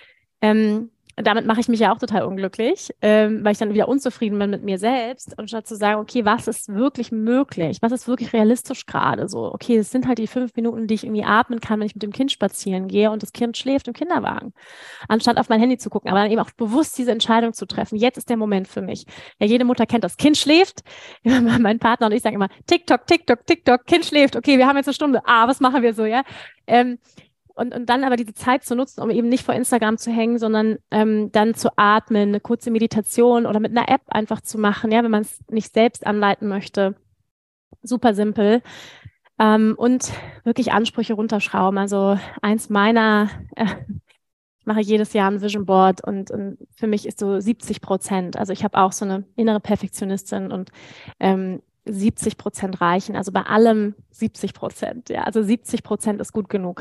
Ähm, damit mache ich mich ja auch total unglücklich, ähm, weil ich dann wieder unzufrieden bin mit mir selbst. Und statt zu sagen, okay, was ist wirklich möglich? Was ist wirklich realistisch gerade so? Okay, es sind halt die fünf Minuten, die ich irgendwie atmen kann, wenn ich mit dem Kind spazieren gehe und das Kind schläft im Kinderwagen. Anstatt auf mein Handy zu gucken, aber dann eben auch bewusst diese Entscheidung zu treffen. Jetzt ist der Moment für mich. Ja, jede Mutter kennt das. Kind schläft. Mein Partner und ich sagen immer, TikTok, TikTok, TikTok, Kind schläft. Okay, wir haben jetzt eine Stunde. Ah, was machen wir so, ja? Ähm, Und, und dann aber diese Zeit zu nutzen, um eben nicht vor Instagram zu hängen, sondern ähm, dann zu atmen, eine kurze Meditation oder mit einer App einfach zu machen, ja, wenn man es nicht selbst anleiten möchte. Super simpel. Ähm, und wirklich Ansprüche runterschrauben. Also eins meiner, äh, ich mache jedes Jahr ein Vision Board und, und für mich ist so siebzig Prozent. Also ich habe auch so eine innere Perfektionistin und ähm, siebzig Prozent reichen, also bei allem siebzig Prozent, ja, also siebzig Prozent ist gut genug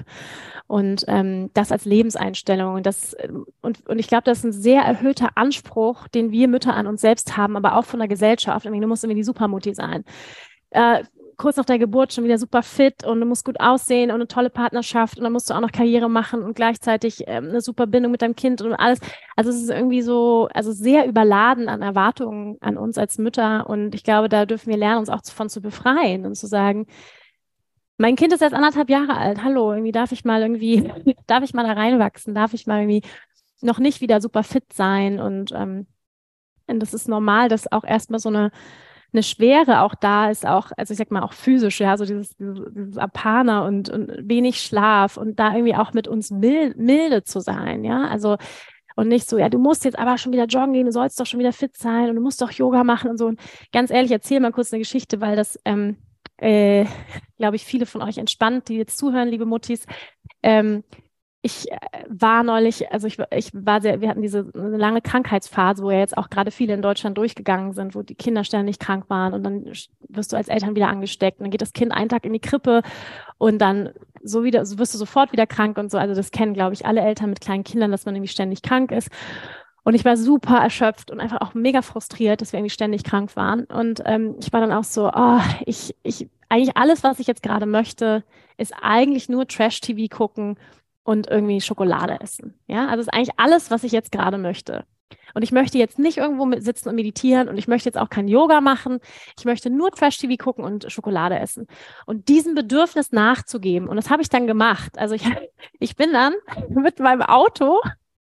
und ähm, das als Lebenseinstellung und das und, und ich glaube, das ist ein sehr erhöhter Anspruch, den wir Mütter an uns selbst haben, aber auch von der Gesellschaft. Du musst irgendwie die Supermutti sein. Äh, kurz nach der Geburt schon wieder super fit und du musst gut aussehen und eine tolle Partnerschaft und dann musst du auch noch Karriere machen und gleichzeitig ähm, eine super Bindung mit deinem Kind und alles. Also es ist irgendwie so, also sehr überladen an Erwartungen an uns als Mütter und ich glaube, da dürfen wir lernen, uns auch davon zu befreien und zu sagen, mein Kind ist jetzt anderthalb Jahre alt, hallo, irgendwie darf ich mal irgendwie, darf ich mal da reinwachsen, darf ich mal irgendwie noch nicht wieder super fit sein und, ähm, und das ist normal, dass auch erstmal so eine eine Schwere auch da ist, auch, also ich sag mal auch physisch, ja, so dieses, dieses, dieses Apana und, und wenig Schlaf und da irgendwie auch mit uns milde, milde zu sein, ja, also und nicht so, ja, du musst jetzt aber schon wieder joggen gehen, du sollst doch schon wieder fit sein und du musst doch Yoga machen und so. Und ganz ehrlich, erzähl mal kurz eine Geschichte, weil das, ähm, äh, glaube ich, viele von euch entspannt, die jetzt zuhören, liebe Muttis. Ähm, Ich äh, war neulich, also ich, ich war sehr, wir hatten diese eine lange Krankheitsphase, wo ja jetzt auch gerade viele in Deutschland durchgegangen sind, wo die Kinder ständig krank waren und dann wirst du als Eltern wieder angesteckt und dann geht das Kind einen Tag in die Krippe und dann so wieder, so wirst du sofort wieder krank und so. Also das kennen, glaube ich, alle Eltern mit kleinen Kindern, dass man irgendwie ständig krank ist. Und ich war super erschöpft und einfach auch mega frustriert, dass wir irgendwie ständig krank waren. Und ähm, ich war dann auch so, oh, ich, ich, eigentlich alles, was ich jetzt gerade möchte, ist eigentlich nur Trash-T V gucken und irgendwie Schokolade essen. Ja, also das ist eigentlich alles, was ich jetzt gerade möchte. Und ich möchte jetzt nicht irgendwo mit sitzen und meditieren und ich möchte jetzt auch kein Yoga machen. Ich möchte nur Trash-T V gucken und Schokolade essen. Und diesem Bedürfnis nachzugeben. Und das habe ich dann gemacht. Also ich, ich bin dann mit meinem Auto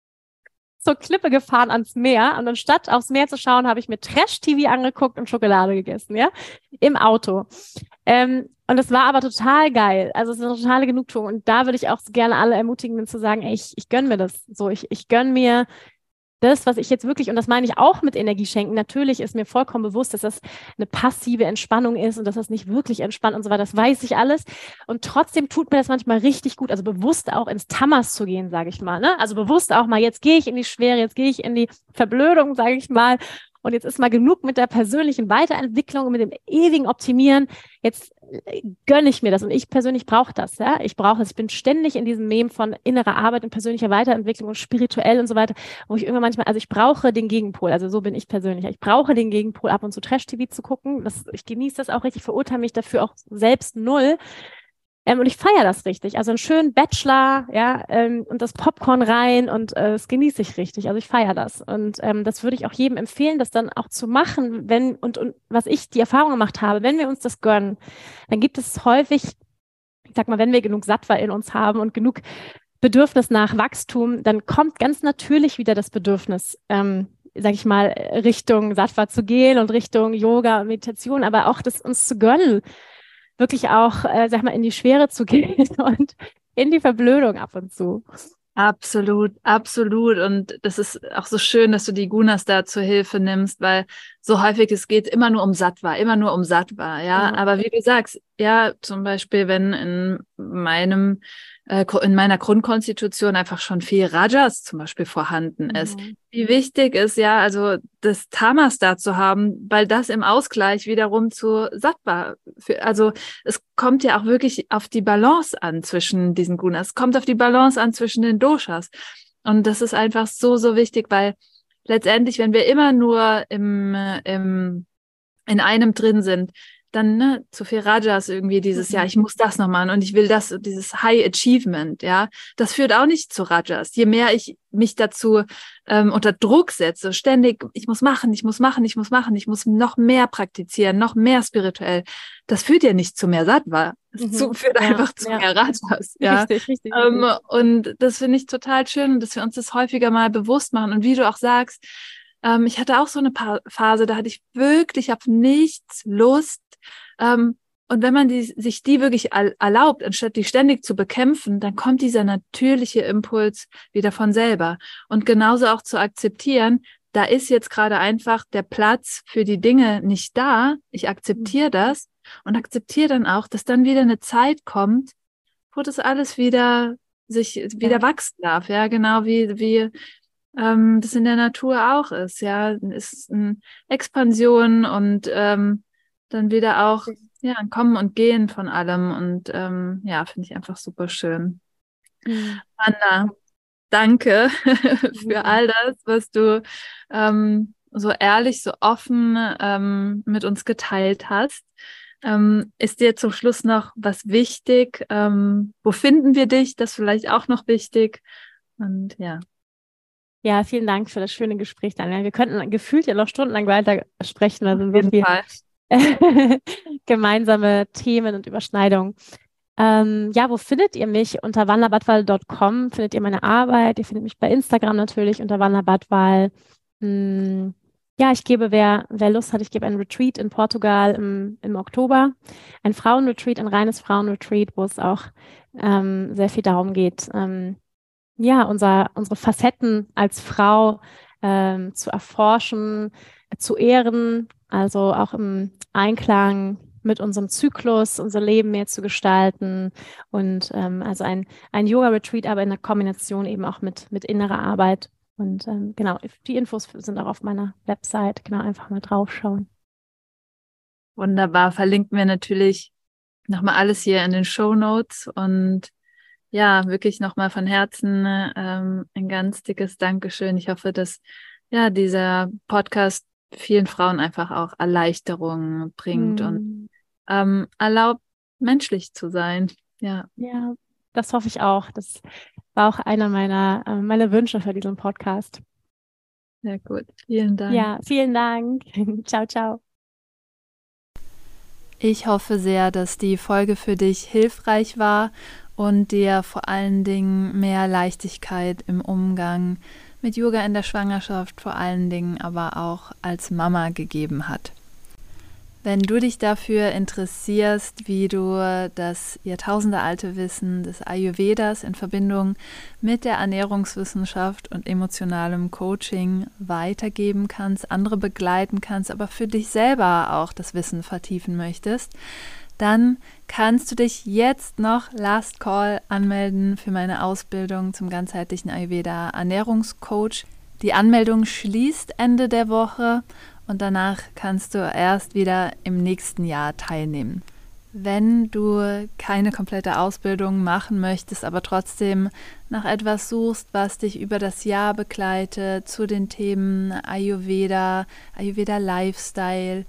zur Klippe gefahren ans Meer und anstatt aufs Meer zu schauen, habe ich mir Trash-T V angeguckt und Schokolade gegessen, ja, im Auto. Ähm, und das war aber total geil. Also es ist eine totale Genugtuung. Und da würde ich auch gerne alle ermutigen, zu sagen, ey, ich, ich gönne mir das so. Ich, ich gönne mir das, was ich jetzt wirklich, und das meine ich auch mit Energie schenken, natürlich ist mir vollkommen bewusst, dass das eine passive Entspannung ist und dass das nicht wirklich entspannt und so weiter, das weiß ich alles. Und trotzdem tut mir das manchmal richtig gut, also bewusst auch ins Tamas zu gehen, sage ich mal. Ne? Also bewusst auch mal, jetzt gehe ich in die Schwere, jetzt gehe ich in die Verblödung, sage ich mal. Und jetzt ist mal genug mit der persönlichen Weiterentwicklung und mit dem ewigen Optimieren. Jetzt gönne ich mir das und ich persönlich brauche das. Ja? Ich brauche das. Ich bin ständig in diesem Mem von innerer Arbeit und persönlicher Weiterentwicklung und spirituell und so weiter, wo ich irgendwann manchmal, also ich brauche den Gegenpol. Also so bin ich persönlich. Ich brauche den Gegenpol, ab und zu Trash-T V zu gucken. Das, ich genieße das auch richtig, verurteile mich dafür auch selbst null. Ähm, und ich feiere das richtig. Also einen schönen Bachelor, ja, ähm, und das Popcorn rein und äh, das genieße ich richtig. Also ich feiere das. Und ähm, das würde ich auch jedem empfehlen, das dann auch zu machen, wenn, und, und was ich die Erfahrung gemacht habe, wenn wir uns das gönnen, dann gibt es häufig, ich sag mal, wenn wir genug Sattva in uns haben und genug Bedürfnis nach Wachstum, dann kommt ganz natürlich wieder das Bedürfnis, ähm, sag ich mal, Richtung Sattva zu gehen und Richtung Yoga und Meditation, aber auch das uns zu gönnen, wirklich auch, äh, sag mal, in die Schwere zu gehen und in die Verblödung ab und zu. Absolut, absolut. Und das ist auch so schön, dass du die Gunas da zur Hilfe nimmst, weil so häufig es geht immer nur um Sattva, immer nur um Sattva, ja. Mhm. Aber wie du sagst, ja, zum Beispiel, wenn in meinem, äh, in meiner Grundkonstitution einfach schon viel Rajas zum Beispiel vorhanden ist, Mhm. wie wichtig ist ja, also das Tamas da zu haben, weil das im Ausgleich wiederum zu Sattva, für, also es kommt ja auch wirklich auf die Balance an zwischen diesen Gunas, es kommt auf die Balance an zwischen den Doshas. Und das ist einfach so, so wichtig, weil letztendlich, wenn wir immer nur im, im, in einem drin sind, dann ne, zu viel Rajas irgendwie dieses, Mhm. ja, ich muss das noch machen und ich will das, dieses High Achievement, ja, das führt auch nicht zu Rajas. Je mehr ich mich dazu ähm, unter Druck setze, ständig, ich muss machen, ich muss machen, ich muss machen, ich muss noch mehr praktizieren, noch mehr spirituell, das führt ja nicht zu mehr Sattva, es Mhm. zu, führt Ja, einfach zu ja. mehr Rajas, ja. Richtig, richtig, Ähm, richtig. und das finde ich total schön, dass wir uns das häufiger mal bewusst machen und wie du auch sagst, ähm, ich hatte auch so eine pa- Phase, da hatte ich wirklich auf nichts Lust. Ähm, und wenn man die, sich die wirklich erlaubt, anstatt die ständig zu bekämpfen, dann kommt dieser natürliche Impuls wieder von selber. Und genauso auch zu akzeptieren, da ist jetzt gerade einfach der Platz für die Dinge nicht da. Ich akzeptiere das und akzeptiere dann auch, dass dann wieder eine Zeit kommt, wo das alles wieder sich wieder Ja. wachsen darf. Ja, genau wie, wie ähm, das in der Natur auch ist. Ja, es ist eine Expansion und ähm, dann wieder auch ja, ein Kommen und Gehen von allem. Und ähm, ja, finde ich einfach super schön. Mhm. Anna, danke für Mhm. all das, was du ähm, so ehrlich, so offen ähm, mit uns geteilt hast. Ähm, ist dir zum Schluss noch was wichtig? Ähm, wo finden wir dich? Das ist vielleicht auch noch wichtig. Und ja. Ja, vielen Dank für das schöne Gespräch, Daniel. Wir könnten gefühlt ja noch stundenlang weiter sprechen, da sind Auf so jeden viele Fall. gemeinsame Themen und Überschneidungen. Ähm, ja, wo findet ihr mich? Unter wanderbadwal Punkt com findet ihr meine Arbeit. Ihr findet mich bei Instagram natürlich unter wanderbadwal. Hm, ja, ich gebe, wer, wer Lust hat, ich gebe ein Retreat in Portugal im, im Oktober. Ein Frauenretreat, ein reines Frauenretreat, wo es auch ähm, sehr viel darum geht, ähm, ja, unser, unsere Facetten als Frau ähm, zu erforschen, zu ehren, also auch im Einklang mit unserem Zyklus, unser Leben mehr zu gestalten und ähm, also ein, ein Yoga-Retreat, aber in der Kombination eben auch mit, mit innerer Arbeit. Und ähm, genau, die Infos sind auch auf meiner Website, genau, einfach mal draufschauen. Wunderbar, verlinken wir natürlich nochmal alles hier in den Shownotes und ja, wirklich nochmal von Herzen ähm, ein ganz dickes Dankeschön. Ich hoffe, dass ja dieser Podcast vielen Frauen einfach auch Erleichterung bringt und Hm. ähm, erlaubt, menschlich zu sein. Ja. Ja, das hoffe ich auch. Das war auch einer meiner, äh, meiner Wünsche für diesen Podcast. Sehr gut. Vielen Dank. Ja, vielen Dank. Ciao, ciao. Ich hoffe sehr, dass die Folge für dich hilfreich war und dir vor allen Dingen mehr Leichtigkeit im Umgang mit Yoga in der Schwangerschaft, vor allen Dingen aber auch als Mama gegeben hat. Wenn du dich dafür interessierst, wie du das jahrtausendealte Wissen des Ayurvedas in Verbindung mit der Ernährungswissenschaft und emotionalem Coaching weitergeben kannst, andere begleiten kannst, aber für dich selber auch das Wissen vertiefen möchtest, dann kannst du dich jetzt noch Last Call anmelden für meine Ausbildung zum ganzheitlichen Ayurveda Ernährungscoach. Die Anmeldung schließt Ende der Woche und danach kannst du erst wieder im nächsten Jahr teilnehmen. Wenn du keine komplette Ausbildung machen möchtest, aber trotzdem nach etwas suchst, was dich über das Jahr begleitet, zu den Themen Ayurveda, Ayurveda Lifestyle,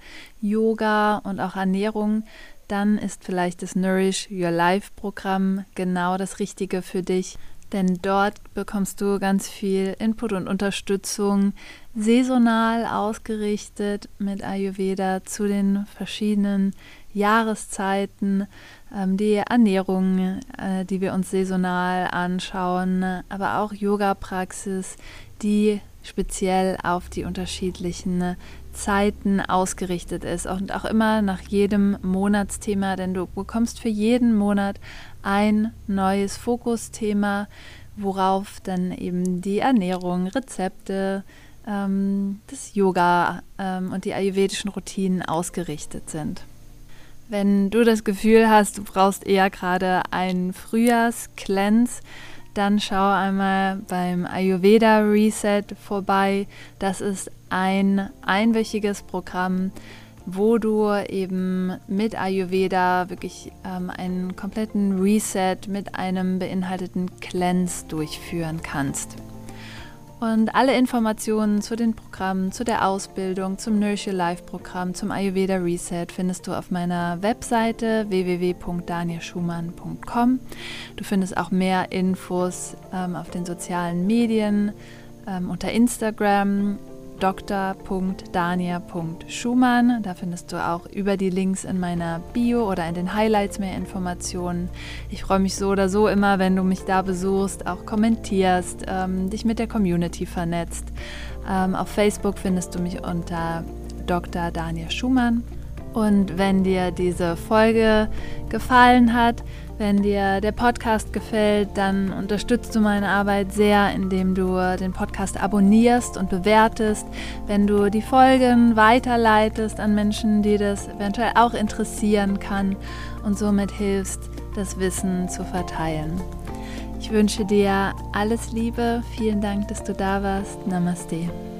Yoga und auch Ernährung, dann ist vielleicht das Nourish Your Life Programm genau das Richtige für dich. Denn dort bekommst du ganz viel Input und Unterstützung, saisonal ausgerichtet mit Ayurveda zu den verschiedenen Jahreszeiten, ähm, die Ernährung, äh, die wir uns saisonal anschauen, aber auch Yoga-Praxis, die speziell auf die unterschiedlichen Zeiten ausgerichtet ist und auch immer nach jedem Monatsthema, denn du bekommst für jeden Monat ein neues Fokusthema, worauf dann eben die Ernährung, Rezepte, ähm, das Yoga ähm, und die ayurvedischen Routinen ausgerichtet sind. Wenn du das Gefühl hast, du brauchst eher gerade einen Frühjahrs-Cleanse, dann schau einmal beim Ayurveda Reset vorbei. Das ist ein einwöchiges Programm, wo du eben mit Ayurveda wirklich ähm, einen kompletten Reset mit einem beinhalteten Cleanse durchführen kannst. Und alle Informationen zu den Programmen, zu der Ausbildung, zum Nourish Your Life Programm, zum Ayurveda Reset findest du auf meiner Webseite w w w punkt daniel schumann punkt com. Du findest auch mehr Infos ähm, auf den sozialen Medien, ähm, unter Instagram dr punkt dania punkt schumann. Da findest du auch über die Links in meiner Bio oder in den Highlights mehr Informationen. Ich freue mich so oder so immer, wenn du mich da besuchst, auch kommentierst, ähm, dich mit der Community vernetzt. Ähm, auf Facebook findest du mich unter Doktor Daniel Schumann. Und wenn dir diese Folge gefallen hat, wenn dir der Podcast gefällt, dann unterstützt du meine Arbeit sehr, indem du den Podcast abonnierst und bewertest, wenn du die Folgen weiterleitest an Menschen, die das eventuell auch interessieren kann und somit hilfst, das Wissen zu verteilen. Ich wünsche dir alles Liebe, vielen Dank, dass du da warst. Namaste.